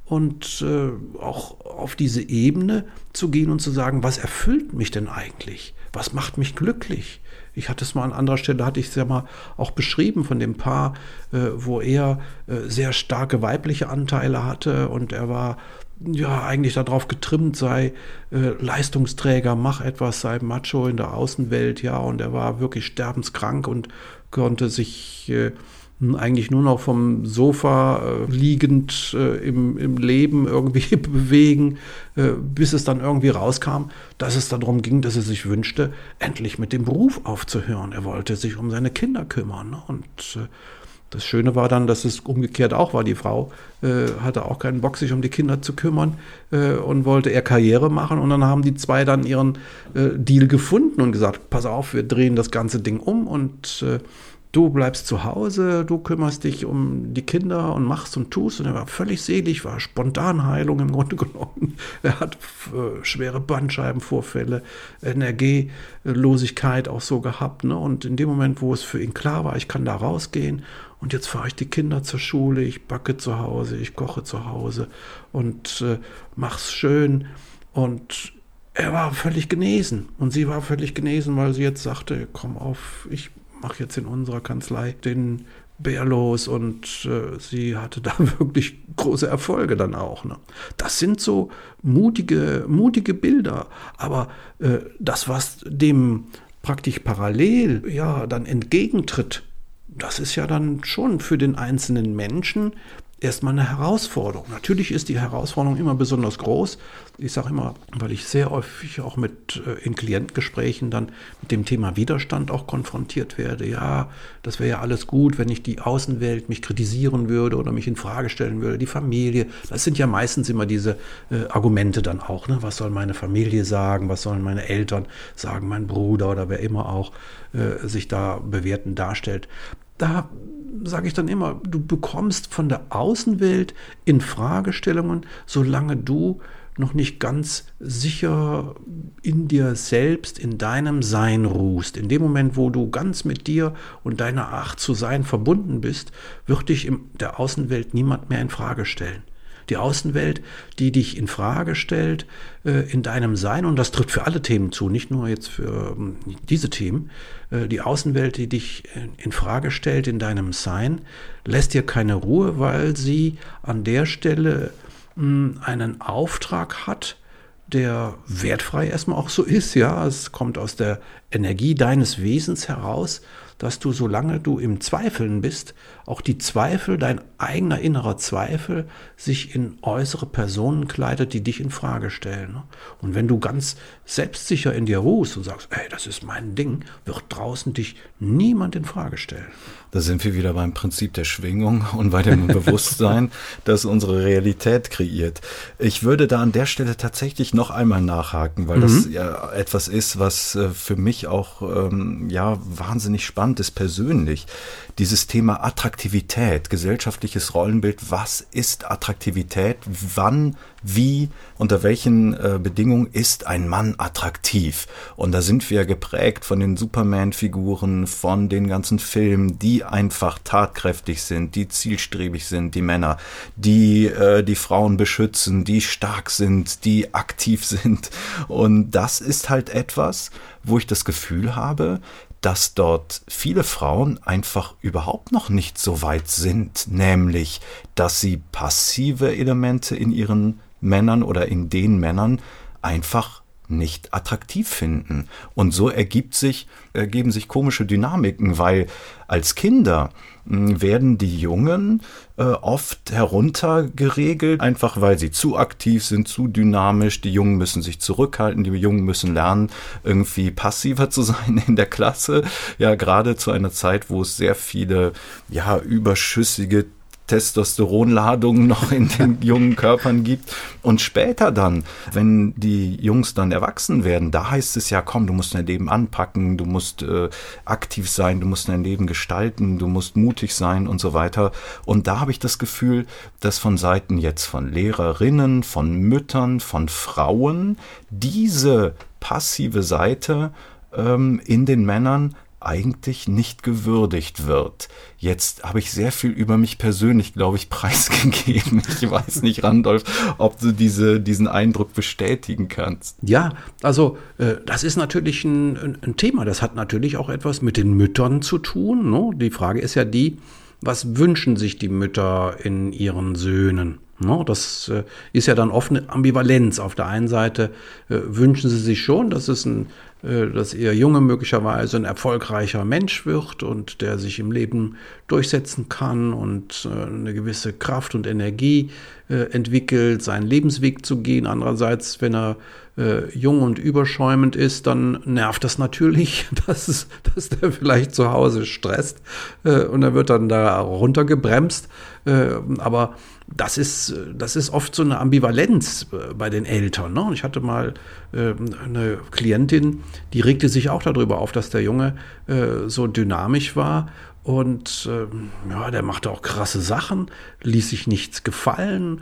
S3: und auch auf diese Ebene zu gehen und zu sagen, was erfüllt mich denn eigentlich? Was macht mich glücklich? Ich hatte es mal an anderer Stelle, hatte ich es ja mal auch beschrieben von dem Paar, wo er sehr starke weibliche Anteile hatte und er war ja eigentlich darauf getrimmt, sei äh, Leistungsträger, mach etwas, sei Macho in der Außenwelt, ja, und er war wirklich sterbenskrank und konnte sich äh, eigentlich nur noch vom Sofa äh, liegend äh, im, im Leben irgendwie bewegen, äh, bis es dann irgendwie rauskam, dass es darum ging, dass er sich wünschte, endlich mit dem Beruf aufzuhören. Er wollte sich um seine Kinder kümmern, ne? Und äh, das Schöne war dann, dass es umgekehrt auch war. Die Frau äh, hatte auch keinen Bock, sich um die Kinder zu kümmern äh, und wollte eher Karriere machen. Und dann haben die zwei dann ihren äh, Deal gefunden und gesagt, pass auf, wir drehen das ganze Ding um und äh, du bleibst zu Hause, du kümmerst dich um die Kinder und machst und tust. Und er war völlig selig, war Spontanheilung im Grunde genommen. Er hat äh, schwere Bandscheibenvorfälle, N R G-Losigkeit auch so gehabt. Ne? Und in dem Moment, wo es für ihn klar war, ich kann da rausgehen und jetzt fahre ich die Kinder zur Schule, ich backe zu Hause, ich koche zu Hause und äh, mach's schön. Und er war völlig genesen. Und sie war völlig genesen, weil sie jetzt sagte, komm auf, ich mache jetzt in unserer Kanzlei den Bär los und äh, sie hatte da wirklich große Erfolge dann auch. Ne? Das sind so mutige, mutige Bilder, aber äh, das, was dem praktisch parallel ja dann entgegentritt, das ist ja dann schon für den einzelnen Menschen erstmal eine Herausforderung. Natürlich ist die Herausforderung immer besonders groß. Ich sage immer, weil ich sehr häufig auch mit äh, in Klientengesprächen dann mit dem Thema Widerstand auch konfrontiert werde. Ja, das wäre ja alles gut, wenn nicht die Außenwelt mich kritisieren würde oder mich in Frage stellen würde. Die Familie, das sind ja meistens immer diese äh, Argumente dann auch. Ne? Was soll meine Familie sagen? Was sollen meine Eltern sagen? Mein Bruder oder wer immer auch äh, sich da bewertend darstellt. Da sage ich dann immer, du bekommst von der Außenwelt in Fragestellungen, solange du noch nicht ganz sicher in dir selbst, in deinem Sein ruhst. In dem Moment, wo du ganz mit dir und deiner Art zu sein verbunden bist, wird dich in der Außenwelt niemand mehr in Frage stellen. Die Außenwelt, die dich in Frage stellt, äh, in deinem Sein, und das trifft für alle Themen zu, nicht nur jetzt für äh, diese Themen, äh, die Außenwelt, die dich in Frage stellt in deinem Sein, lässt dir keine Ruhe, weil sie an der Stelle mh, einen Auftrag hat, der wertfrei erstmal auch so ist, ja, es kommt aus der Energie deines Wesens heraus, dass du, solange du im Zweifeln bist, auch die Zweifel, dein eigener innerer Zweifel, sich in äußere Personen kleidet, die dich in Frage stellen. Und wenn du ganz selbstsicher in dir ruhst und sagst, ey, das ist mein Ding, wird draußen dich niemand in Frage stellen.
S1: Da sind wir wieder beim Prinzip der Schwingung und bei dem Bewusstsein, das unsere Realität kreiert. Ich würde da an der Stelle tatsächlich noch einmal nachhaken, weil mhm. das ja etwas ist, was für mich auch ähm, ja wahnsinnig spannend ist persönlich. Dieses Thema Attraktivität, gesellschaftliches Rollenbild, was ist Attraktivität, wann, wie, unter welchen äh, Bedingungen ist ein Mann attraktiv? Und da sind wir geprägt von den Superman-Figuren, von den ganzen Filmen, die einfach tatkräftig sind, die zielstrebig sind, die Männer, die äh, die Frauen beschützen, die stark sind, die aktiv sind. Und das ist halt etwas, wo ich das Gefühl habe, dass dort viele Frauen einfach überhaupt noch nicht so weit sind, nämlich, dass sie passive Elemente in ihren Männern oder in den Männern einfach nicht attraktiv finden. Und so ergibt sich, ergeben sich komische Dynamiken, weil als Kinder mh, werden die Jungen äh, oft heruntergeregelt, einfach weil sie zu aktiv sind, zu dynamisch. Die Jungen müssen sich zurückhalten, die Jungen müssen lernen, irgendwie passiver zu sein in der Klasse. Ja, gerade zu einer Zeit, wo es sehr viele, ja, überschüssige Testosteronladungen noch in den jungen Körpern gibt. Und später dann, wenn die Jungs dann erwachsen werden, da heißt es ja, komm, du musst dein Leben anpacken, du musst äh, aktiv sein, du musst dein Leben gestalten, du musst mutig sein und so weiter. Und da habe ich das Gefühl, dass von Seiten jetzt von Lehrerinnen, von Müttern, von Frauen diese passive Seite ähm, in den Männern eigentlich nicht gewürdigt wird. Jetzt habe ich sehr viel über mich persönlich, glaube ich, preisgegeben. Ich weiß nicht, Randolph, ob du diese, diesen Eindruck bestätigen kannst.
S3: Ja, also äh, das ist natürlich ein, ein Thema. Das hat natürlich auch etwas mit den Müttern zu tun. Ne? Die Frage ist ja die, was wünschen sich die Mütter in ihren Söhnen? No, das äh, ist ja dann oft eine Ambivalenz. Auf der einen Seite äh, wünschen sie sich schon, dass es ein, äh, dass ihr Junge möglicherweise ein erfolgreicher Mensch wird und der sich im Leben durchsetzen kann und äh, eine gewisse Kraft und Energie äh, entwickelt, seinen Lebensweg zu gehen. Andererseits, wenn er äh, jung und überschäumend ist, dann nervt das natürlich, dass, es, dass der vielleicht zu Hause stresst äh, und er wird dann da runtergebremst. Äh, aber Das ist, das ist oft so eine Ambivalenz bei den Eltern. Ne? Ich hatte mal äh, eine Klientin, die regte sich auch darüber auf, dass der Junge äh, so dynamisch war. Und äh, ja, der machte auch krasse Sachen, ließ sich nichts gefallen.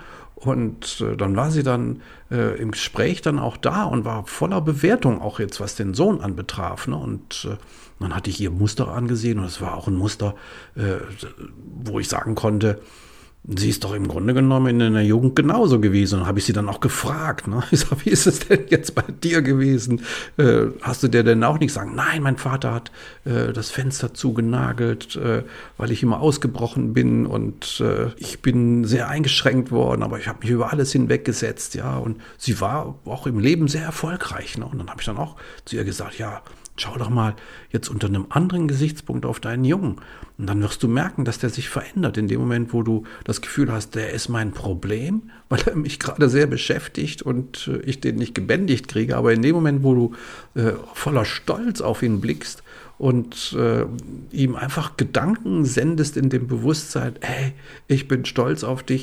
S3: Und äh, dann war sie dann äh, im Gespräch dann auch da und war voller Bewertung, auch jetzt was den Sohn anbetraf. Ne? Und äh, dann hatte ich ihr Muster angesehen und es war auch ein Muster, äh, wo ich sagen konnte, sie ist doch im Grunde genommen in der Jugend genauso gewesen. Und habe ich sie dann auch gefragt. Ne? Ich sag, wie ist es denn jetzt bei dir gewesen? Äh, hast du dir denn auch nicht sagen? Nein, mein Vater hat äh, das Fenster zugenagelt, äh, weil ich immer ausgebrochen bin und äh, ich bin sehr eingeschränkt worden, aber ich habe mich über alles hinweggesetzt. Ja, und sie war auch im Leben sehr erfolgreich. Ne? Und dann habe ich dann auch zu ihr gesagt, ja, schau doch mal jetzt unter einem anderen Gesichtspunkt auf deinen Jungen. Und dann wirst du merken, dass der sich verändert in dem Moment, wo du das Gefühl hast, der ist mein Problem, weil er mich gerade sehr beschäftigt und äh, ich den nicht gebändigt kriege. Aber in dem Moment, wo du äh, voller Stolz auf ihn blickst und äh, ihm einfach Gedanken sendest in dem Bewusstsein, hey, ich bin stolz auf dich,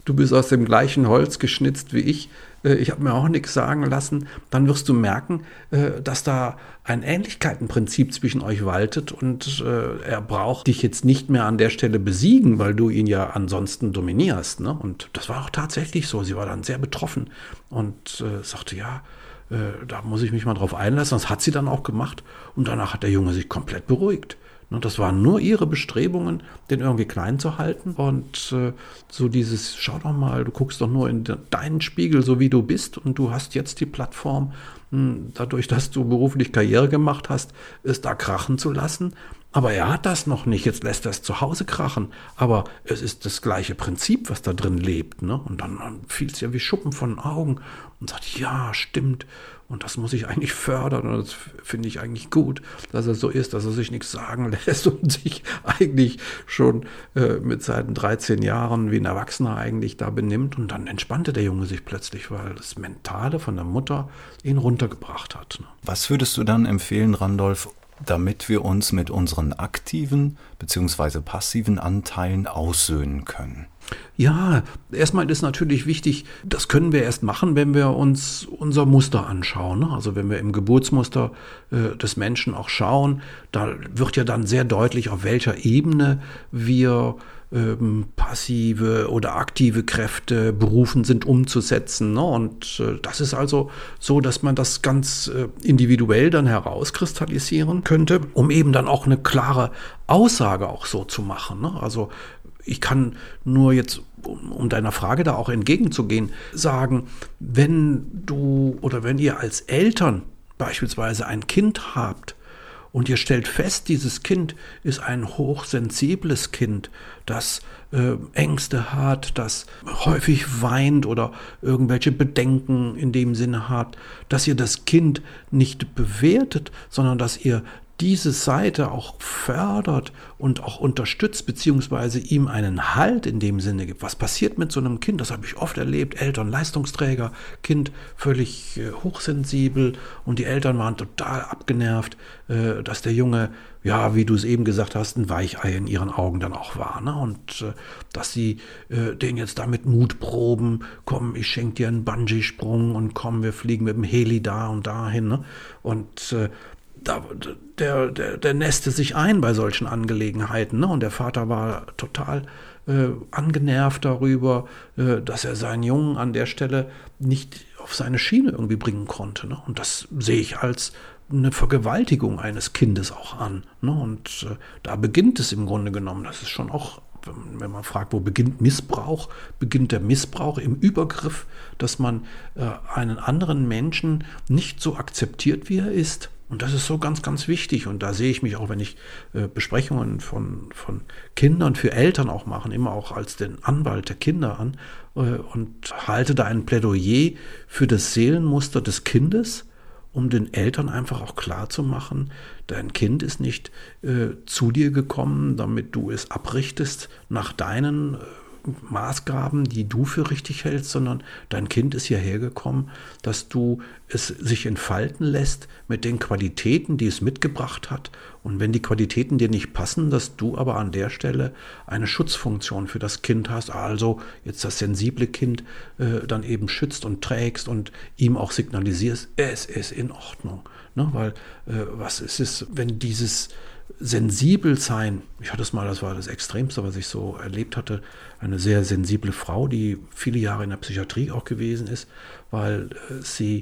S2: du bist aus dem gleichen Holz geschnitzt wie ich, äh, ich habe mir auch nichts sagen lassen, dann wirst du merken, äh, dass da ein Ähnlichkeitenprinzip zwischen euch waltet und äh, er braucht dich jetzt nicht mehr an der Stelle besiegen, weil du ihn ja ansonsten dominierst. Ne? Und das war auch tatsächlich so. Sie war dann sehr betroffen und äh, sagte, ja, äh, da muss ich mich mal drauf einlassen. Das hat sie dann auch gemacht und danach hat der Junge sich komplett beruhigt. Und das waren nur ihre Bestrebungen, den irgendwie klein zu halten. Und äh, so dieses, schau doch mal, du guckst doch nur in de, deinen Spiegel, so wie du bist. Und du hast jetzt die Plattform, mh, dadurch, dass du beruflich Karriere gemacht hast, es da krachen zu lassen. Aber er hat das noch nicht, jetzt lässt er es zu Hause krachen. Aber es ist das gleiche Prinzip, was da drin lebt. Ne? Und dann, dann fiel es ja wie Schuppen von den Augen und sagt, ja, stimmt. Und das muss ich eigentlich fördern und das finde ich eigentlich gut, dass er so ist, dass er sich nichts sagen lässt und sich eigentlich schon äh, mit seinen dreizehn Jahren wie ein Erwachsener eigentlich da benimmt. Und dann entspannte der Junge sich plötzlich, weil das Mentale von der Mutter ihn runtergebracht hat. Ne?
S1: Was würdest du dann empfehlen, Randolph, damit wir uns mit unseren aktiven bzw. passiven Anteilen aussöhnen können?
S3: Ja, erstmal ist natürlich wichtig, das können wir erst machen, wenn wir uns unser Muster anschauen. Ne? Also wenn wir im Geburtsmuster äh, des Menschen auch schauen, da wird ja dann sehr deutlich, auf welcher Ebene wir ähm, passive oder aktive Kräfte berufen sind umzusetzen. Ne? Und äh, das ist also so, dass man das ganz äh, individuell dann herauskristallisieren könnte, um eben dann auch eine klare Aussage auch so zu machen. Ne? Also ich kann nur jetzt, um, um deiner Frage da auch entgegenzugehen, sagen, wenn du oder wenn ihr als Eltern beispielsweise ein Kind habt und ihr stellt fest, dieses Kind ist ein hochsensibles Kind, das äh, Ängste hat, das häufig weint oder irgendwelche Bedenken in dem Sinne hat, dass ihr das Kind nicht bewertet, sondern dass ihr diese Seite auch fördert und auch unterstützt, beziehungsweise ihm einen Halt in dem Sinne gibt. Was passiert mit so einem Kind? Das habe ich oft erlebt. Eltern, Leistungsträger, Kind völlig äh, hochsensibel und die Eltern waren total abgenervt, äh, dass der Junge, ja, wie du es eben gesagt hast, ein Weichei in ihren Augen dann auch war. Ne? Und äh, dass sie äh, den jetzt damit Mut proben, komm, ich schenke dir einen Bungee-Sprung und komm, wir fliegen mit dem Heli da und dahin. Ne? Und äh, Da, der, der, der nässte sich ein bei solchen Angelegenheiten. Ne? Und der Vater war total äh, angenervt darüber, äh, dass er seinen Jungen an der Stelle nicht auf seine Schiene irgendwie bringen konnte. Ne? Und das sehe ich als eine Vergewaltigung eines Kindes auch an. Ne? Und äh, da beginnt es im Grunde genommen. Das ist schon auch, wenn man fragt, wo beginnt Missbrauch, beginnt der Missbrauch im Übergriff, dass man äh, einen anderen Menschen nicht so akzeptiert, wie er ist. Und das ist so ganz, ganz wichtig. Und da sehe ich mich auch, wenn ich äh, Besprechungen von, von Kindern für Eltern auch mache, immer auch als den Anwalt der Kinder an äh, und halte da ein Plädoyer für das Seelenmuster des Kindes, um den Eltern einfach auch klar zu machen, dein Kind ist nicht äh, zu dir gekommen, damit du es abrichtest nach deinen äh, Maßgaben, die du für richtig hältst, sondern dein Kind ist hierher gekommen, dass du es sich entfalten lässt mit den Qualitäten, die es mitgebracht hat. Und wenn die Qualitäten dir nicht passen, dass du aber an der Stelle eine Schutzfunktion für das Kind hast, also jetzt das sensible Kind äh, dann eben schützt und trägst und ihm auch signalisierst, es ist in Ordnung. Ne? Weil äh, was ist es, wenn dieses sensibel sein, ich hatte es mal, das war das Extremste, was ich so erlebt hatte, eine sehr sensible Frau, die viele Jahre in der Psychiatrie auch gewesen ist, weil äh, sie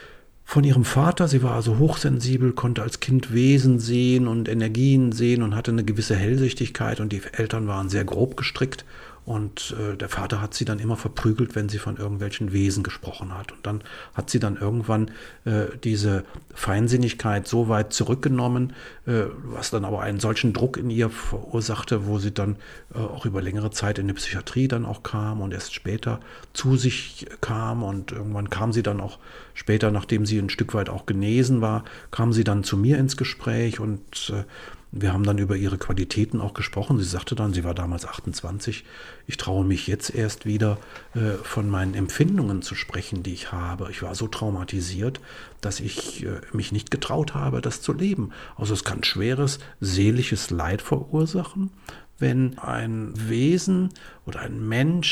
S3: von ihrem Vater, sie war also hochsensibel, konnte als Kind Wesen sehen und Energien sehen und hatte eine gewisse Hellsichtigkeit und die Eltern waren sehr grob gestrickt. Und äh, der Vater hat sie dann immer verprügelt, wenn sie von irgendwelchen Wesen gesprochen hat. Und dann hat sie dann irgendwann äh, diese Feinsinnigkeit so weit zurückgenommen, äh, was dann aber einen solchen Druck in ihr verursachte, wo sie dann äh, auch über längere Zeit in die Psychiatrie dann auch kam und erst später zu sich kam. Und irgendwann kam sie dann auch später, nachdem sie ein Stück weit auch genesen war, kam sie dann zu mir ins Gespräch und äh, wir haben dann über ihre Qualitäten auch gesprochen. Sie sagte dann, sie war damals achtundzwanzig, ich traue mich jetzt erst wieder äh, von meinen Empfindungen zu sprechen, die ich habe. Ich war so traumatisiert, dass ich äh, mich nicht getraut habe, das zu leben. Also es kann schweres seelisches Leid verursachen, wenn ein Wesen oder ein Mensch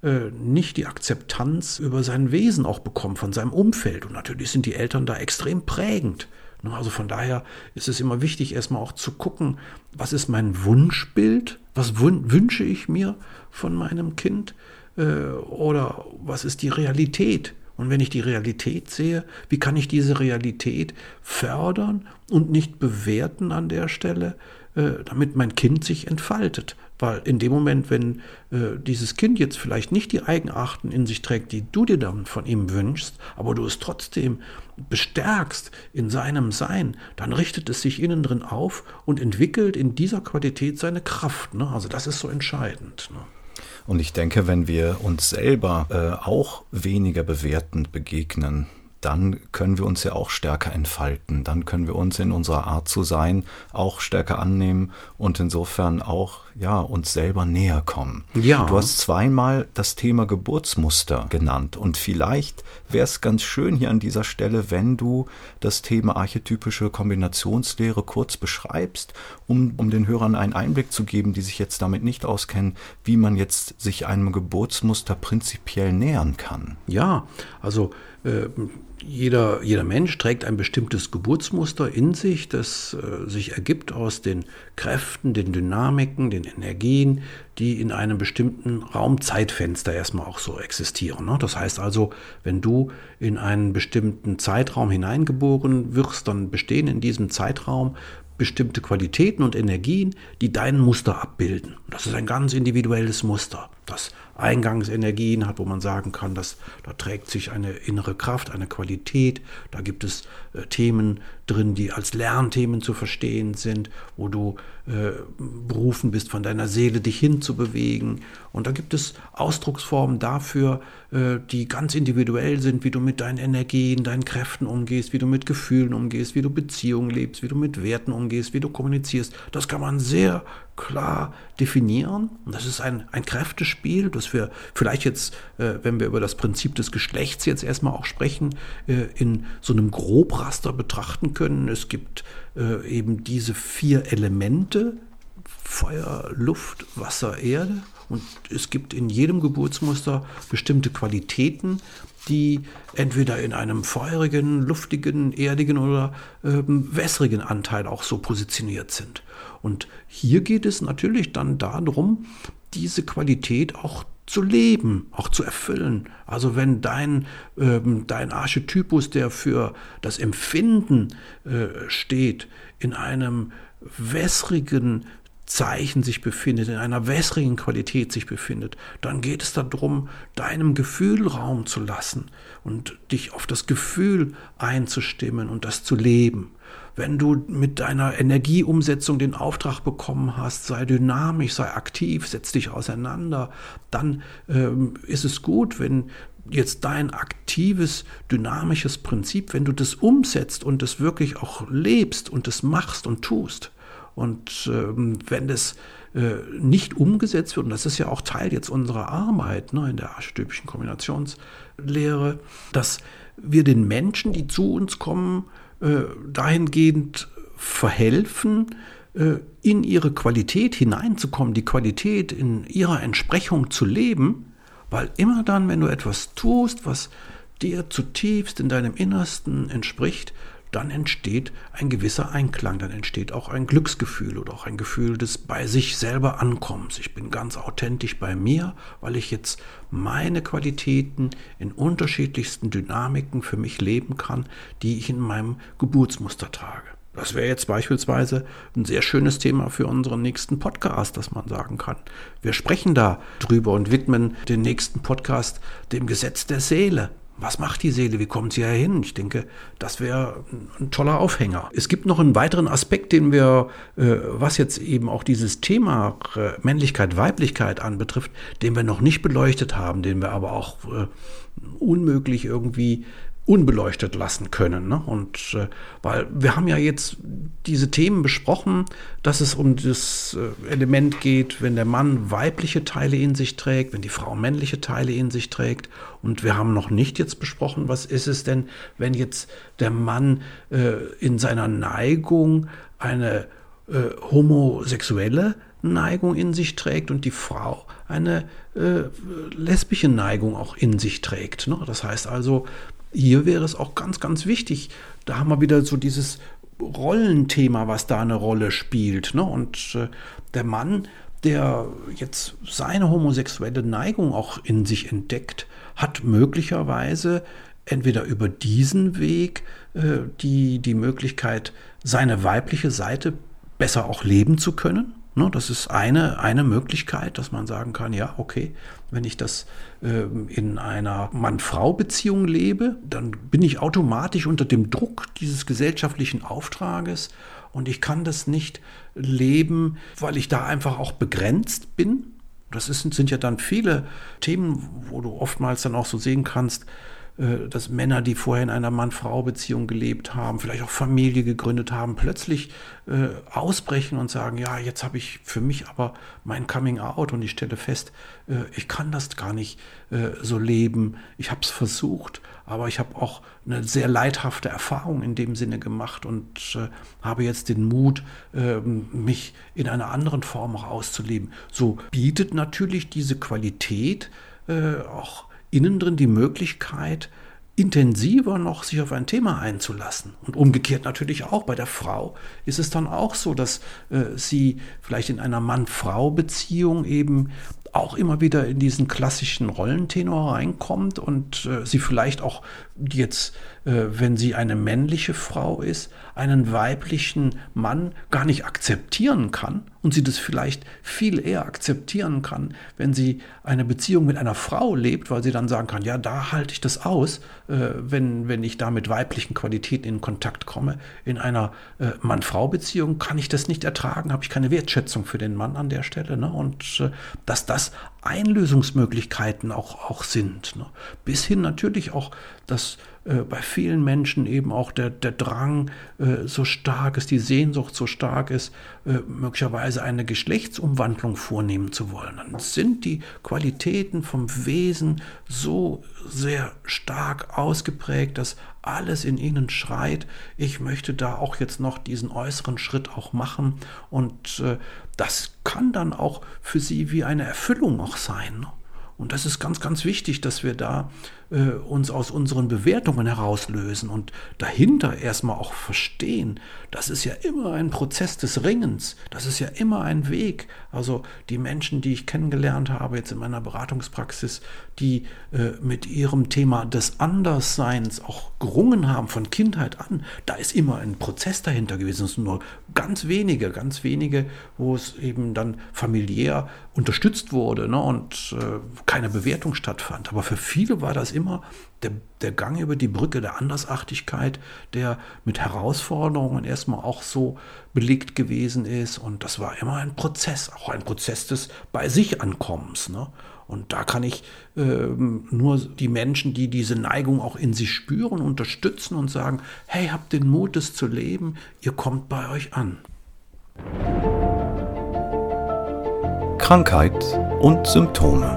S3: äh, nicht die Akzeptanz über sein Wesen auch bekommt von seinem Umfeld. Und natürlich sind die Eltern da extrem prägend. Also von daher ist es immer wichtig, erstmal auch zu gucken, was ist mein Wunschbild, was wün- wünsche ich mir von meinem Kind äh, oder was ist die Realität. Und wenn ich die Realität sehe, wie kann ich diese Realität fördern und nicht bewerten an der Stelle, äh, damit mein Kind sich entfaltet. Weil in dem Moment, wenn äh, dieses Kind jetzt vielleicht nicht die Eigenarten in sich trägt, die du dir dann von ihm wünschst, aber du es trotzdem bestärkst in seinem Sein, dann richtet es sich innen drin auf und entwickelt in dieser Qualität seine Kraft. Ne? Also das ist so entscheidend. Ne?
S1: Und ich denke, wenn wir uns selber äh, auch weniger bewertend begegnen, dann können wir uns ja auch stärker entfalten. Dann können wir uns in unserer Art zu sein auch stärker annehmen und insofern auch ja uns selber näher kommen.
S3: Ja.
S1: Du hast zweimal das Thema Geburtsmuster genannt und vielleicht wäre es ganz schön hier an dieser Stelle, wenn du das Thema archetypische Kombinationslehre kurz beschreibst, um, um den Hörern einen Einblick zu geben, die sich jetzt damit nicht auskennen, wie man jetzt sich einem Geburtsmuster prinzipiell nähern kann.
S3: Ja, also äh, Jeder, jeder Mensch trägt ein bestimmtes Geburtsmuster in sich, das äh, sich ergibt aus den Kräften, den Dynamiken, den Energien, die in einem bestimmten Raumzeitfenster erstmal auch so existieren. Ne? Das heißt also, wenn du in einen bestimmten Zeitraum hineingeboren wirst, dann bestehen in diesem Zeitraum bestimmte Qualitäten und Energien, die dein Muster abbilden. Das ist ein ganz individuelles Muster, das Eingangsenergien hat, wo man sagen kann, dass da trägt sich eine innere Kraft, eine Qualität. Da gibt es äh, Themen drin, die als Lernthemen zu verstehen sind, wo du äh, berufen bist, von deiner Seele dich hinzubewegen. Und da gibt es Ausdrucksformen dafür, äh, die ganz individuell sind, wie du mit deinen Energien, deinen Kräften umgehst, wie du mit Gefühlen umgehst, wie du Beziehungen lebst, wie du mit Werten umgehst, wie du kommunizierst. Das kann man sehr klar definieren. Und das ist ein, ein Kräftespiel, das wir vielleicht jetzt, äh, wenn wir über das Prinzip des Geschlechts jetzt erstmal auch sprechen, äh, in so einem Grobraster betrachten können. Es gibt äh, eben diese vier Elemente, Feuer, Luft, Wasser, Erde. Und es gibt in jedem Geburtsmuster bestimmte Qualitäten, die entweder in einem feurigen, luftigen, erdigen oder ähm, wässrigen Anteil auch so positioniert sind. Und hier geht es natürlich dann darum, diese Qualität auch zu leben, auch zu erfüllen. Also wenn dein, ähm, dein Archetypus, der für das Empfinden äh, steht, in einem wässrigen Zeichen sich befindet, in einer wässrigen Qualität sich befindet, dann geht es darum, deinem Gefühl Raum zu lassen und dich auf das Gefühl einzustimmen und das zu leben. Wenn du mit deiner Energieumsetzung den Auftrag bekommen hast, sei dynamisch, sei aktiv, setz dich auseinander, dann ähm, ist es gut, wenn jetzt dein aktives, dynamisches Prinzip, wenn du das umsetzt und das wirklich auch lebst und das machst und tust. Und ähm, wenn das äh, nicht umgesetzt wird, und das ist ja auch Teil jetzt unserer Arbeit, ne, in der archetypischen Kombinationslehre, dass wir den Menschen, die zu uns kommen, äh, dahingehend verhelfen, äh, in ihre Qualität hineinzukommen, die Qualität in ihrer Entsprechung zu leben, weil immer dann, wenn du etwas tust, was dir zutiefst in deinem Innersten entspricht, dann entsteht ein gewisser Einklang, dann entsteht auch ein Glücksgefühl oder auch ein Gefühl des bei sich selber Ankommens. Ich bin ganz authentisch bei mir, weil ich jetzt meine Qualitäten in unterschiedlichsten Dynamiken für mich leben kann, die ich in meinem Geburtsmuster trage. Das wäre jetzt beispielsweise ein sehr schönes Thema für unseren nächsten Podcast, dass man sagen kann. Wir sprechen da drüber und widmen den nächsten Podcast dem Gesetz der Seele. Was macht die Seele? Wie kommt sie dahin? Ich denke, das wäre ein toller Aufhänger. Es gibt noch einen weiteren Aspekt, den wir, äh, was jetzt eben auch dieses Thema äh, Männlichkeit, Weiblichkeit anbetrifft, den wir noch nicht beleuchtet haben, den wir aber auch äh, unmöglich irgendwie unbeleuchtet lassen können. Ne? Und äh, weil wir haben ja jetzt diese Themen besprochen, dass es um das äh, Element geht, wenn der Mann weibliche Teile in sich trägt, wenn die Frau männliche Teile in sich trägt. Und wir haben noch nicht jetzt besprochen, was ist es denn, wenn jetzt der Mann äh, in seiner Neigung eine äh, homosexuelle Neigung in sich trägt und die Frau eine äh, lesbische Neigung auch in sich trägt. Ne? Das heißt also, hier wäre es auch ganz, ganz wichtig, da haben wir wieder so dieses Rollenthema, was da eine Rolle spielt. Ne? Und äh, der Mann, der jetzt seine homosexuelle Neigung auch in sich entdeckt, hat möglicherweise entweder über diesen Weg äh, die, die Möglichkeit, seine weibliche Seite besser auch leben zu können. Ne, das ist eine, eine Möglichkeit, dass man sagen kann, ja, okay, wenn ich das äh, in einer Mann-Frau-Beziehung lebe, dann bin ich automatisch unter dem Druck dieses gesellschaftlichen Auftrages und ich kann das nicht leben, weil ich da einfach auch begrenzt bin. Das ist, sind ja dann viele Themen, wo du oftmals dann auch so sehen kannst, dass Männer, die vorher in einer Mann-Frau-Beziehung gelebt haben, vielleicht auch Familie gegründet haben, plötzlich äh, ausbrechen und sagen, ja, jetzt habe ich für mich aber mein Coming-out und ich stelle fest, äh, ich kann das gar nicht äh, so leben. Ich habe es versucht, aber ich habe auch eine sehr leidhafte Erfahrung in dem Sinne gemacht und äh, habe jetzt den Mut, äh, mich in einer anderen Form auch auszuleben. So bietet natürlich diese Qualität äh, auch innen drin die Möglichkeit, intensiver noch sich auf ein Thema einzulassen. Und umgekehrt natürlich auch. Bei der Frau ist es dann auch so, dass äh, sie vielleicht in einer Mann-Frau-Beziehung eben auch immer wieder in diesen klassischen Rollentenor reinkommt und äh, sie vielleicht auch jetzt, äh, wenn sie eine männliche Frau ist, einen weiblichen Mann gar nicht akzeptieren kann und sie das vielleicht viel eher akzeptieren kann, wenn sie eine Beziehung mit einer Frau lebt, weil sie dann sagen kann, ja, da halte ich das aus, äh, wenn, wenn ich da mit weiblichen Qualitäten in Kontakt komme. In einer äh, Mann-Frau-Beziehung kann ich das nicht ertragen, habe ich keine Wertschätzung für den Mann an der Stelle. Ne? Und äh, dass das Einlösungsmöglichkeiten auch, auch sind. Ne? Bis hin natürlich auch, dass äh, bei vielen Menschen eben auch der, der Drang äh, so stark ist, die Sehnsucht so stark ist, äh, möglicherweise eine Geschlechtsumwandlung vornehmen zu wollen. Dann sind die Qualitäten vom Wesen so sehr stark ausgeprägt, dass alles in ihnen schreit, ich möchte da auch jetzt noch diesen äußeren Schritt auch machen und äh, das kann dann auch für sie wie eine Erfüllung auch sein. Ne? Und das ist ganz, ganz wichtig, dass wir da äh, uns aus unseren Bewertungen herauslösen und dahinter erstmal auch verstehen, das ist ja immer ein Prozess des Ringens, das ist ja immer ein Weg. Also die Menschen, die ich kennengelernt habe jetzt in meiner Beratungspraxis, die äh, mit ihrem Thema des Andersseins auch gerungen haben von Kindheit an, da ist immer ein Prozess dahinter gewesen. Es sind nur ganz wenige, ganz wenige, wo es eben dann familiär unterstützt wurde, ne, und äh, keine Bewertung stattfand. Aber für viele war das immer der, der Gang über die Brücke der Andersartigkeit, der mit Herausforderungen erstmal auch so belegt gewesen ist. Und das war immer ein Prozess, auch ein Prozess des Bei sich Ankommens. Ne? Und da kann ich äh, nur die Menschen, die diese Neigung auch in sich spüren, unterstützen und sagen, hey, habt den Mut, es zu leben, ihr kommt bei euch an.
S1: Krankheit und Symptome.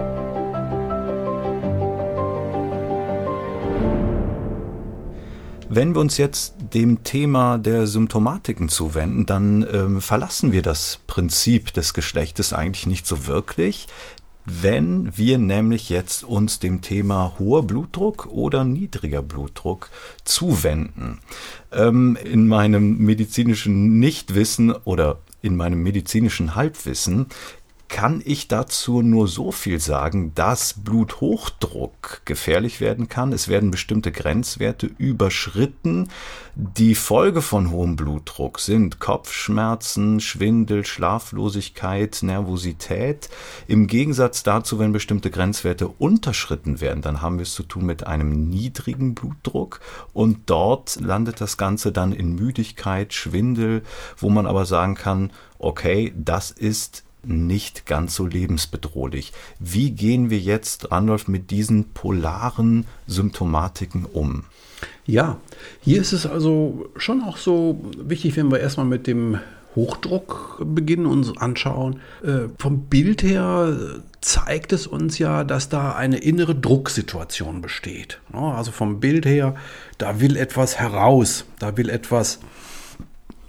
S1: Wenn wir uns jetzt dem Thema der Symptomatiken zuwenden, dann ähm, verlassen wir das Prinzip des Geschlechtes eigentlich nicht so wirklich, wenn wir nämlich jetzt uns dem Thema hoher Blutdruck oder niedriger Blutdruck zuwenden. Ähm, in meinem medizinischen Nichtwissen oder in meinem medizinischen Halbwissen kann ich dazu nur so viel sagen, dass Bluthochdruck gefährlich werden kann. Es werden bestimmte Grenzwerte überschritten. Die Folge von hohem Blutdruck sind Kopfschmerzen, Schwindel, Schlaflosigkeit, Nervosität. Im Gegensatz dazu, wenn bestimmte Grenzwerte unterschritten werden, dann haben wir es zu tun mit einem niedrigen Blutdruck und dort landet das Ganze dann in Müdigkeit, Schwindel, wo man aber sagen kann, okay, das ist nicht ganz so lebensbedrohlich. Wie gehen wir jetzt, Randolph, mit diesen polaren Symptomatiken um?
S3: Ja, hier ist es also schon auch so wichtig, wenn wir erstmal mit dem Hochdruck beginnen und uns anschauen. Äh, vom Bild her zeigt es uns ja, dass da eine innere Drucksituation besteht. Ja, also vom Bild her, da will etwas heraus, da will etwas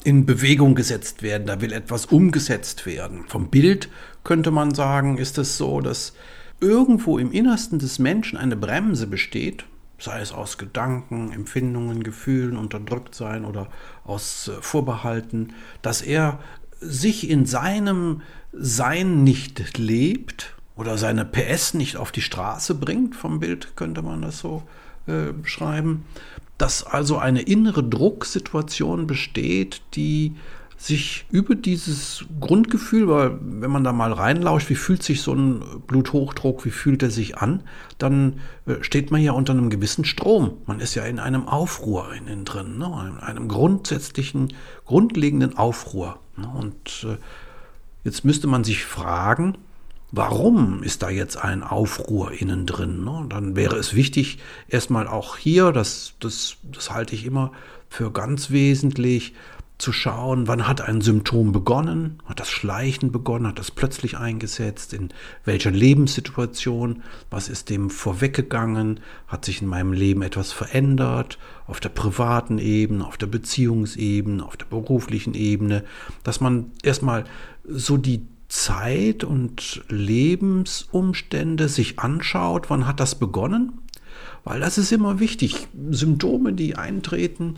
S3: in Bewegung gesetzt werden, da will etwas umgesetzt werden. Vom Bild könnte man sagen, ist es so, dass irgendwo im Innersten des Menschen eine Bremse besteht, sei es aus Gedanken, Empfindungen, Gefühlen, Unterdrücktsein oder aus Vorbehalten, dass er sich in seinem Sein nicht lebt oder seine P S nicht auf die Straße bringt, vom Bild könnte man das so äh, beschreiben, dass also eine innere Drucksituation besteht, die sich über dieses Grundgefühl, weil wenn man da mal reinlauscht, wie fühlt sich so ein Bluthochdruck, wie fühlt er sich an, dann steht man ja unter einem gewissen Strom. Man ist ja in einem Aufruhr innen drin, ne? In einem grundsätzlichen, grundlegenden Aufruhr. Ne? Und äh, jetzt müsste man sich fragen, warum ist da jetzt ein Aufruhr innen drin? Ne? Dann wäre es wichtig, erstmal auch hier, das, das, das halte ich immer für ganz wesentlich, zu schauen, wann hat ein Symptom begonnen, hat das Schleichen begonnen, hat das plötzlich eingesetzt, in welcher Lebenssituation, was ist dem vorweggegangen, hat sich in meinem Leben etwas verändert, auf der privaten Ebene, auf der Beziehungsebene, auf der beruflichen Ebene, dass man erstmal so die Zeit und Lebensumstände sich anschaut, wann hat das begonnen? Weil das ist immer wichtig. Symptome, die eintreten,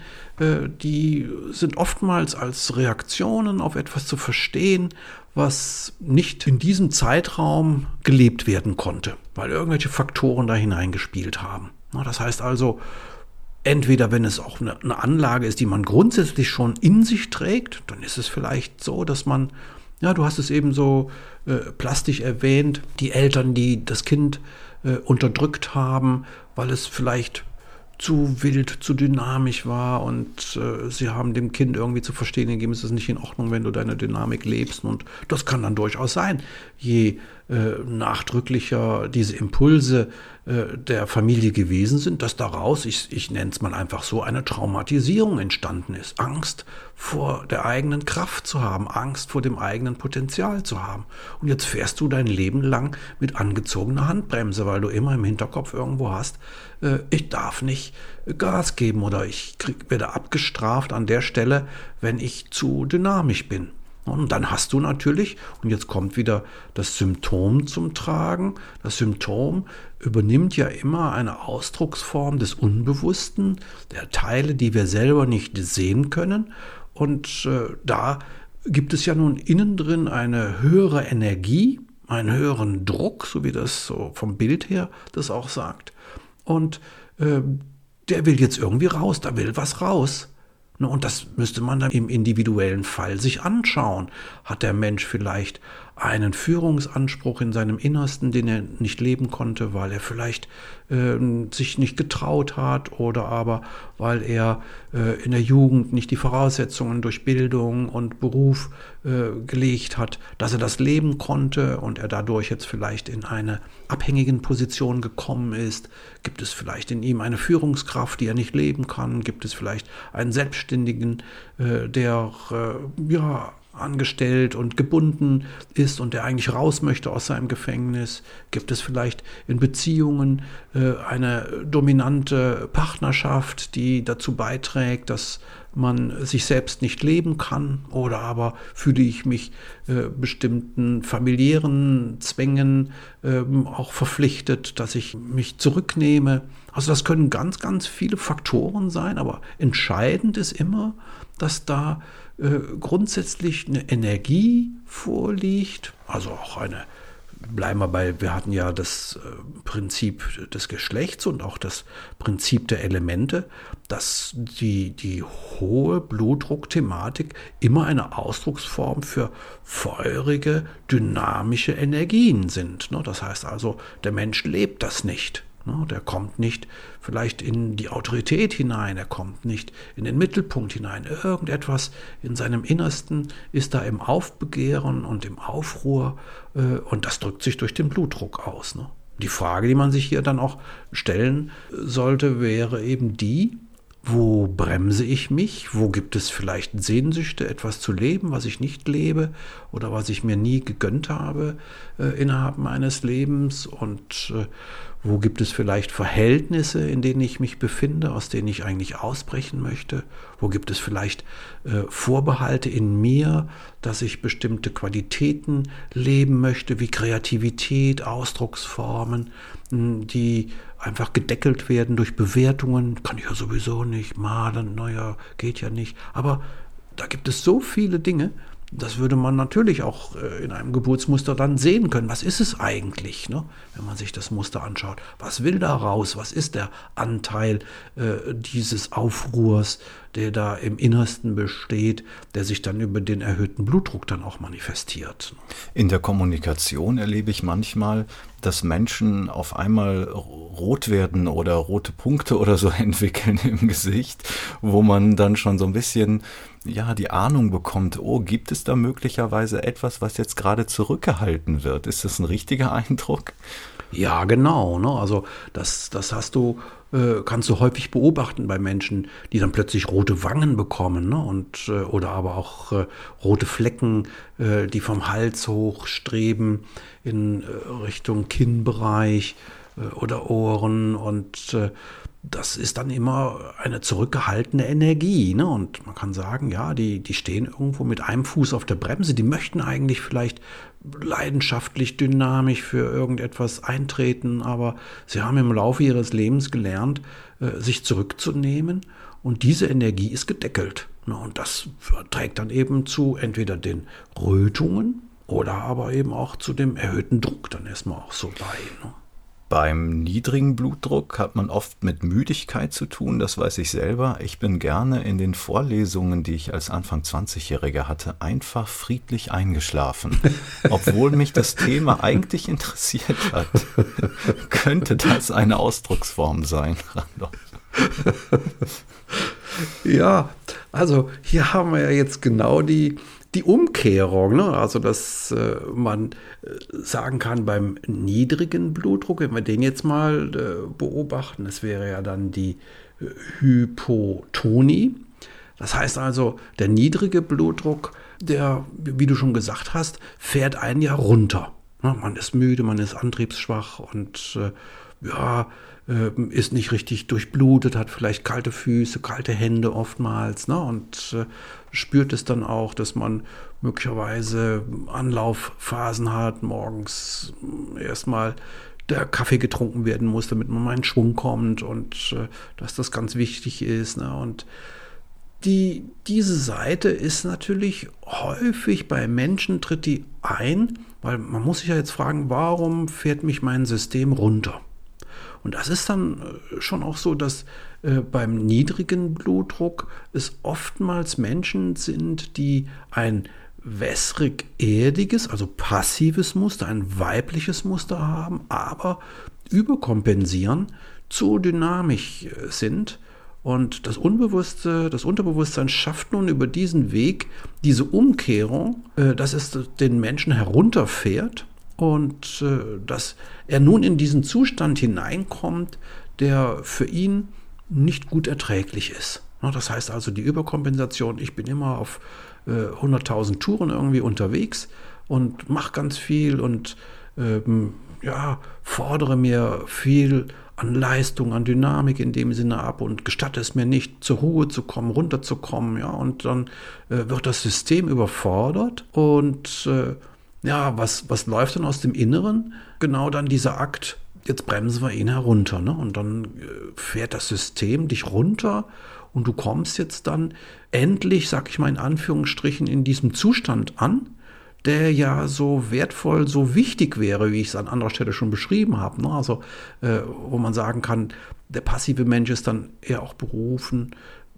S3: die sind oftmals als Reaktionen auf etwas zu verstehen, was nicht in diesem Zeitraum gelebt werden konnte, weil irgendwelche Faktoren da hineingespielt haben. Das heißt also, entweder wenn es auch eine Anlage ist, die man grundsätzlich schon in sich trägt, dann ist es vielleicht so, dass man, ja, du hast es eben so äh, plastisch erwähnt, die Eltern, die das Kind äh, unterdrückt haben, weil es vielleicht zu wild, zu dynamisch war und äh, sie haben dem Kind irgendwie zu verstehen gegeben, es ist nicht in Ordnung, wenn du deine Dynamik lebst, und das kann dann durchaus sein. Je äh, nachdrücklicher diese Impulse äh, der Familie gewesen sind, dass daraus, ich, ich nenne es mal einfach so, eine Traumatisierung entstanden ist. Angst vor der eigenen Kraft zu haben, Angst vor dem eigenen Potenzial zu haben. Und jetzt fährst du dein Leben lang mit angezogener Handbremse, weil du immer im Hinterkopf irgendwo hast, äh, ich darf nicht Gas geben oder ich krieg, werde abgestraft an der Stelle, wenn ich zu dynamisch bin. Und dann hast du natürlich, und jetzt kommt wieder das Symptom zum Tragen, das Symptom übernimmt ja immer eine Ausdrucksform des Unbewussten, der Teile, die wir selber nicht sehen können. Und äh, da gibt es ja nun innen drin eine höhere Energie, einen höheren Druck, so wie das so vom Bild her das auch sagt. Und äh, der will jetzt irgendwie raus, da will was raus. Und das müsste man dann im individuellen Fall sich anschauen. Hat der Mensch vielleicht einen Führungsanspruch in seinem Innersten, den er nicht leben konnte, weil er vielleicht äh, sich nicht getraut hat oder aber weil er äh, in der Jugend nicht die Voraussetzungen durch Bildung und Beruf äh, gelegt hat, dass er das leben konnte und er dadurch jetzt vielleicht in eine abhängigen Position gekommen ist? Gibt es vielleicht in ihm eine Führungskraft, die er nicht leben kann? Gibt es vielleicht einen Selbstständigen, äh, der äh, ja angestellt und gebunden ist und der eigentlich raus möchte aus seinem Gefängnis? Gibt es vielleicht in Beziehungen äh, eine dominante Partnerschaft, die dazu beiträgt, dass man sich selbst nicht leben kann? Oder aber fühle ich mich äh, bestimmten familiären Zwängen äh, auch verpflichtet, dass ich mich zurücknehme? Also das können ganz, ganz viele Faktoren sein, aber entscheidend ist immer, dass da äh, grundsätzlich eine Energie vorliegt, also auch eine, bleiben wir bei, wir hatten ja das äh, Prinzip des Geschlechts und auch das Prinzip der Elemente, dass die, die hohe Blutdruckthematik immer eine Ausdrucksform für feurige, dynamische Energien sind. Ne? Das heißt also, der Mensch lebt das nicht. Der kommt nicht vielleicht in die Autorität hinein, er kommt nicht in den Mittelpunkt hinein. Irgendetwas in seinem Innersten ist da im Aufbegehren und im Aufruhr, und das drückt sich durch den Blutdruck aus. Die Frage, die man sich hier dann auch stellen sollte, wäre eben die: Wo bremse ich mich? Wo gibt es vielleicht Sehnsüchte, etwas zu leben, was ich nicht lebe oder was ich mir nie gegönnt habe äh, innerhalb meines Lebens? Und äh, Wo gibt es vielleicht Verhältnisse, in denen ich mich befinde, aus denen ich eigentlich ausbrechen möchte? Wo gibt es vielleicht äh, Vorbehalte in mir, dass ich bestimmte Qualitäten leben möchte, wie Kreativität, Ausdrucksformen, mh, die einfach gedeckelt werden durch Bewertungen? Kann ich ja sowieso nicht, malen, naja, geht ja nicht. Aber da gibt es so viele Dinge, das würde man natürlich auch in einem Geburtsmuster dann sehen können. Was ist es eigentlich, ne? Wenn man sich das Muster anschaut? Was will da raus? Was ist der Anteil äh, dieses Aufruhrs, der da im Innersten besteht, der sich dann über den erhöhten Blutdruck dann auch manifestiert?
S1: In der Kommunikation erlebe ich manchmal, dass Menschen auf einmal rot werden oder rote Punkte oder so entwickeln im Gesicht, wo man dann schon so ein bisschen ja die Ahnung bekommt, oh, gibt es da möglicherweise etwas, was jetzt gerade zurückgehalten wird? Ist das ein richtiger Eindruck?
S3: Ja, genau. Ne? Also das, das hast du, äh, kannst du häufig beobachten bei Menschen, die dann plötzlich rote Wangen bekommen, ne? Und äh, oder aber auch äh, rote Flecken, äh, die vom Hals hochstreben in äh, Richtung Kinnbereich äh, oder Ohren und äh, das ist dann immer eine zurückgehaltene Energie, ne? Und man kann sagen, ja, die, die stehen irgendwo mit einem Fuß auf der Bremse, die möchten eigentlich vielleicht leidenschaftlich, dynamisch für irgendetwas eintreten, aber sie haben im Laufe ihres Lebens gelernt, äh, sich zurückzunehmen und diese Energie ist gedeckelt. Ne? Und das trägt dann eben zu entweder den Rötungen oder aber eben auch zu dem erhöhten Druck dann erstmal auch so bei, ne?
S1: Beim niedrigen Blutdruck hat man oft mit Müdigkeit zu tun, das weiß ich selber. Ich bin gerne in den Vorlesungen, die ich als Anfang zwanzigjähriger hatte, einfach friedlich eingeschlafen. Obwohl mich das Thema eigentlich interessiert hat. Könnte das eine Ausdrucksform sein, Randolph?
S3: Ja, also hier haben wir ja jetzt genau die, die Umkehrung, ne? Also dass äh, man äh, sagen kann, beim niedrigen Blutdruck, wenn wir den jetzt mal äh, beobachten, das wäre ja dann die äh, Hypotonie. Das heißt also, der niedrige Blutdruck, der, wie du schon gesagt hast, fährt einen ja runter. Ne? Man ist müde, man ist antriebsschwach und äh, ja, ist nicht richtig durchblutet, hat vielleicht kalte Füße, kalte Hände oftmals, ne? Und äh, spürt es dann auch, dass man möglicherweise Anlaufphasen hat, morgens erstmal der Kaffee getrunken werden muss, damit man mal in Schwung kommt und äh, dass das ganz wichtig ist, ne? Und die, diese Seite ist natürlich häufig bei Menschen tritt die ein, weil man muss sich ja jetzt fragen, warum fährt mich mein System runter? Und das ist dann schon auch so, dass äh, beim niedrigen Blutdruck es oftmals Menschen sind, die ein wässrig-erdiges, also passives Muster, ein weibliches Muster haben, aber überkompensieren, zu dynamisch sind. Und das Unbewusste, das Unterbewusstsein schafft nun über diesen Weg diese Umkehrung, äh, dass es den Menschen herunterfährt. Und äh, dass er nun in diesen Zustand hineinkommt, der für ihn nicht gut erträglich ist. Das heißt also die Überkompensation, ich bin immer auf äh, hunderttausend Touren irgendwie unterwegs und mache ganz viel und ähm, ja, fordere mir viel an Leistung, an Dynamik in dem Sinne ab und gestatte es mir nicht, zur Ruhe zu kommen, runterzukommen. Ja, und dann äh, wird das System überfordert und äh, ja, was, was läuft dann aus dem Inneren? Genau dann dieser Akt, jetzt bremsen wir ihn herunter. Ne? Und dann äh, fährt das System dich runter und du kommst jetzt dann endlich, sag ich mal in Anführungsstrichen, in diesem Zustand an, der ja so wertvoll, so wichtig wäre, wie ich es an anderer Stelle schon beschrieben habe. Ne? Also, äh, wo man sagen kann, der passive Mensch ist dann eher auch berufen,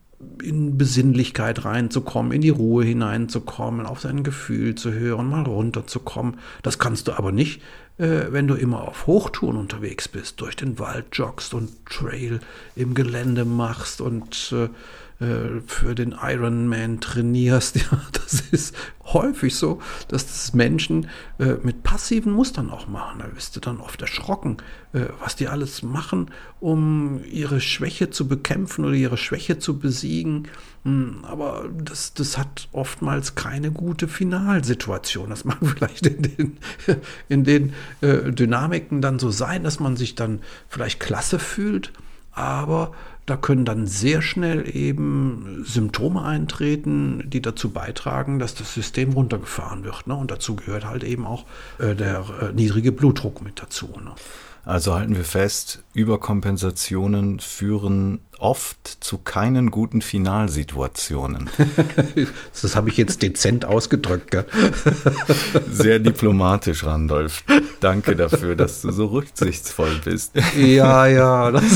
S3: in Besinnlichkeit reinzukommen, in die Ruhe hineinzukommen, auf sein Gefühl zu hören, mal runterzukommen. Das kannst du aber nicht, äh, wenn du immer auf Hochtouren unterwegs bist, durch den Wald joggst und Trail im Gelände machst und äh, für den Ironman trainierst. Ja, das ist häufig so, dass das Menschen äh, mit passiven Mustern auch machen. Da bist du dann oft erschrocken, äh, was die alles machen, um ihre Schwäche zu bekämpfen oder ihre Schwäche zu besiegen. Hm, aber das, das hat oftmals keine gute Finalsituation. Das mag vielleicht in den, in den äh, Dynamiken dann so sein, dass man sich dann vielleicht klasse fühlt, aber da können dann sehr schnell eben Symptome eintreten, die dazu beitragen, dass das System runtergefahren wird. Ne? Und dazu gehört halt eben auch äh, der äh, niedrige Blutdruck mit dazu. Ne?
S1: Also halten wir fest, Überkompensationen führen oft zu keinen guten Finalsituationen.
S3: Das habe ich jetzt dezent ausgedrückt. Gell?
S1: Sehr diplomatisch, Randolph. Danke dafür, dass du so rücksichtsvoll bist.
S3: Ja, ja. Das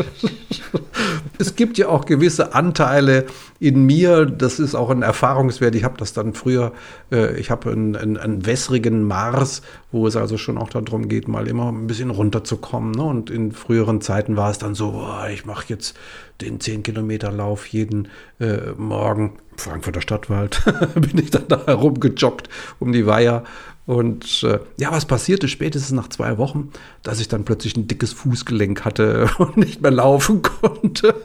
S3: es gibt ja auch gewisse Anteile in mir, das ist auch ein Erfahrungswert. Ich habe das dann früher, äh, ich habe einen, einen, einen wässrigen Mars, wo es also schon auch darum geht, mal immer ein bisschen runterzukommen. Ne? Und in früheren Zeiten war es dann so, boah, ich mache jetzt den zehn Kilometer Lauf jeden äh, Morgen. Frankfurter Stadtwald bin ich dann da herumgejoggt um die Weiher. Und äh, ja, was passierte spätestens nach zwei Wochen, dass ich dann plötzlich ein dickes Fußgelenk hatte und nicht mehr laufen konnte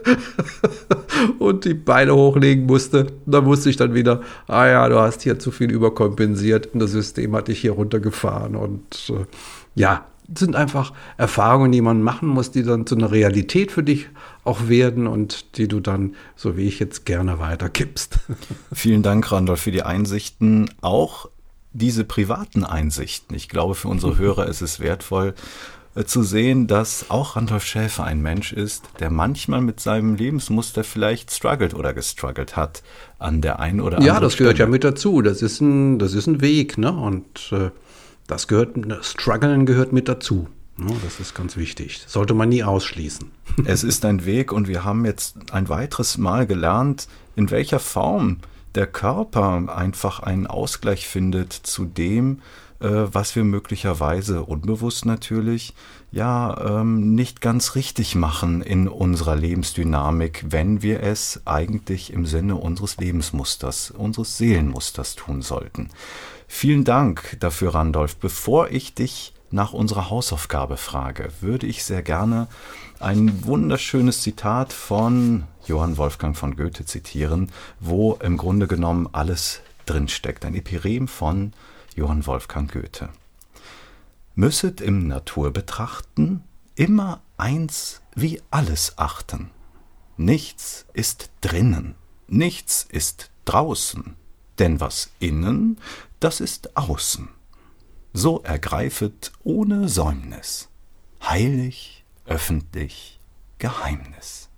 S3: und die Beine hochlegen musste. Da wusste ich dann wieder, ah ja, du hast hier zu viel überkompensiert und das System hat dich hier runtergefahren. Und äh, ja, das sind einfach Erfahrungen, die man machen muss, die dann zu einer Realität für dich auch werden und die du dann, so wie ich jetzt, gerne weitergibst.
S1: Vielen Dank, Randolph, für die Einsichten, auch diese privaten Einsichten. Ich glaube, für unsere Hörer ist es wertvoll äh, zu sehen, dass auch Randolph Schäfer ein Mensch ist, der manchmal mit seinem Lebensmuster vielleicht struggelt oder gestruggelt hat an der einen oder anderen
S3: Ja, das
S1: Stelle.
S3: gehört ja mit dazu. Das ist ein, das ist ein Weg, ne? Und äh, das gehört, Struggeln gehört mit dazu. Ne? Das ist ganz wichtig. Das sollte man nie ausschließen.
S1: Es ist ein Weg und wir haben jetzt ein weiteres Mal gelernt, in welcher Form der Körper einfach einen Ausgleich findet zu dem, äh, was wir möglicherweise unbewusst natürlich ja ähm, nicht ganz richtig machen in unserer Lebensdynamik, wenn wir es eigentlich im Sinne unseres Lebensmusters, unseres Seelenmusters tun sollten. Vielen Dank dafür, Randolph. Bevor ich dich nach unserer Hausaufgabe frage, würde ich sehr gerne ein wunderschönes Zitat von Johann Wolfgang von Goethe zitieren, wo im Grunde genommen alles drinsteckt. Ein Epirem von Johann Wolfgang Goethe. Müsset im Naturbetrachten immer eins wie alles achten. Nichts ist drinnen, nichts ist draußen, denn was innen, das ist außen. So ergreifet ohne Säumnis, heilig, öffentlich, Geheimnis.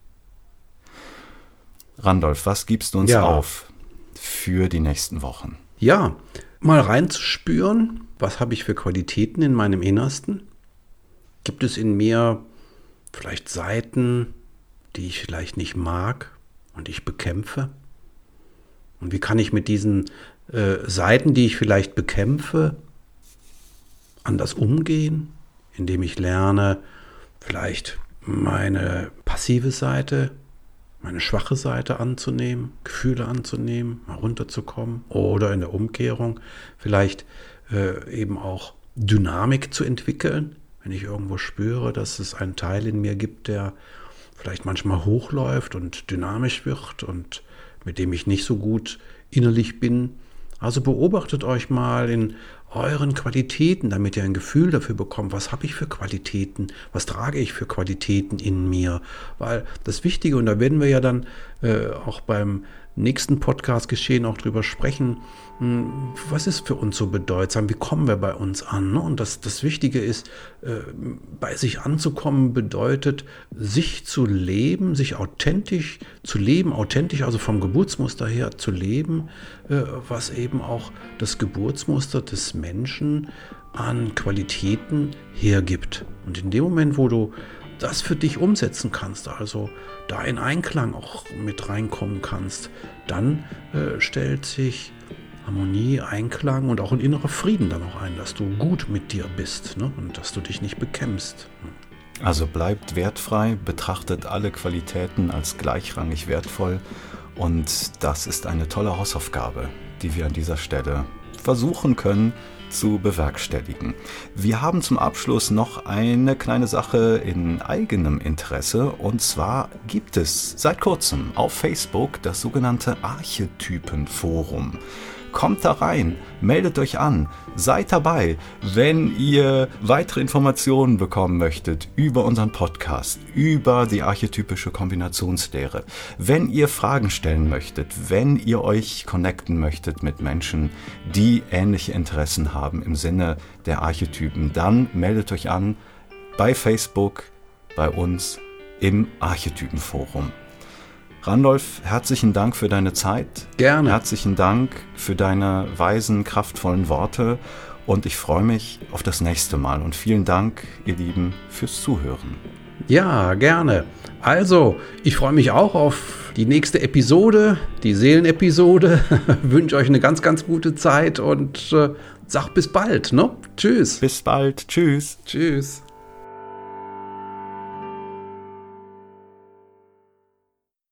S1: Randolph, was gibst du uns
S3: Ja.
S1: auf für die nächsten Wochen?
S3: Ja, mal reinzuspüren, was habe ich für Qualitäten in meinem Innersten? Gibt es in mir vielleicht Seiten, die ich vielleicht nicht mag und ich bekämpfe? Und wie kann ich mit diesen äh, Seiten, die ich vielleicht bekämpfe, anders umgehen, indem ich lerne, vielleicht meine passive Seite, meine schwache Seite anzunehmen, Gefühle anzunehmen, mal runterzukommen oder in der Umkehrung vielleicht äh, eben auch Dynamik zu entwickeln, wenn ich irgendwo spüre, dass es einen Teil in mir gibt, der vielleicht manchmal hochläuft und dynamisch wird und mit dem ich nicht so gut innerlich bin. Also beobachtet euch mal in euren Qualitäten, damit ihr ein Gefühl dafür bekommt, was habe ich für Qualitäten, was trage ich für Qualitäten in mir. Weil das Wichtige, und da werden wir ja dann äh, auch beim nächsten Podcast geschehen auch drüber sprechen, mh, was ist für uns so bedeutsam, wie kommen wir bei uns an. Ne? Und das, das Wichtige ist, äh, bei sich anzukommen bedeutet, sich zu leben, sich authentisch zu leben, authentisch also vom Geburtsmuster her zu leben, äh, was eben auch das Geburtsmuster des Menschen an Qualitäten hergibt. Und in dem Moment, wo du das für dich umsetzen kannst, also da in Einklang auch mit reinkommen kannst, dann äh, stellt sich Harmonie, Einklang und auch ein innerer Frieden dann auch ein, dass du gut mit dir bist, ne? Und dass du dich nicht bekämpfst.
S1: Also bleibt wertfrei, betrachtet alle Qualitäten als gleichrangig wertvoll und das ist eine tolle Hausaufgabe, die wir an dieser Stelle versuchen können zu bewerkstelligen. Wir haben zum Abschluss noch eine kleine Sache in eigenem Interesse und zwar gibt es seit kurzem auf Facebook das sogenannte Archetypenforum. Kommt da rein, meldet euch an, seid dabei. Wenn ihr weitere Informationen bekommen möchtet über unseren Podcast, über die archetypische Kombinationslehre, wenn ihr Fragen stellen möchtet, wenn ihr euch connecten möchtet mit Menschen, die ähnliche Interessen haben im Sinne der Archetypen, dann meldet euch an bei Facebook, bei uns im Archetypenforum. Randolph, herzlichen Dank für deine Zeit.
S2: Gerne.
S1: Herzlichen Dank für deine weisen, kraftvollen Worte und ich freue mich auf das nächste Mal. Und vielen Dank, ihr Lieben, fürs Zuhören.
S2: Ja, gerne. Also, ich freue mich auch auf die nächste Episode, die Seelenepisode. Wünsche euch eine ganz, ganz gute Zeit und äh, sag bis bald, ne? Tschüss.
S1: Bis bald. Tschüss.
S2: Tschüss.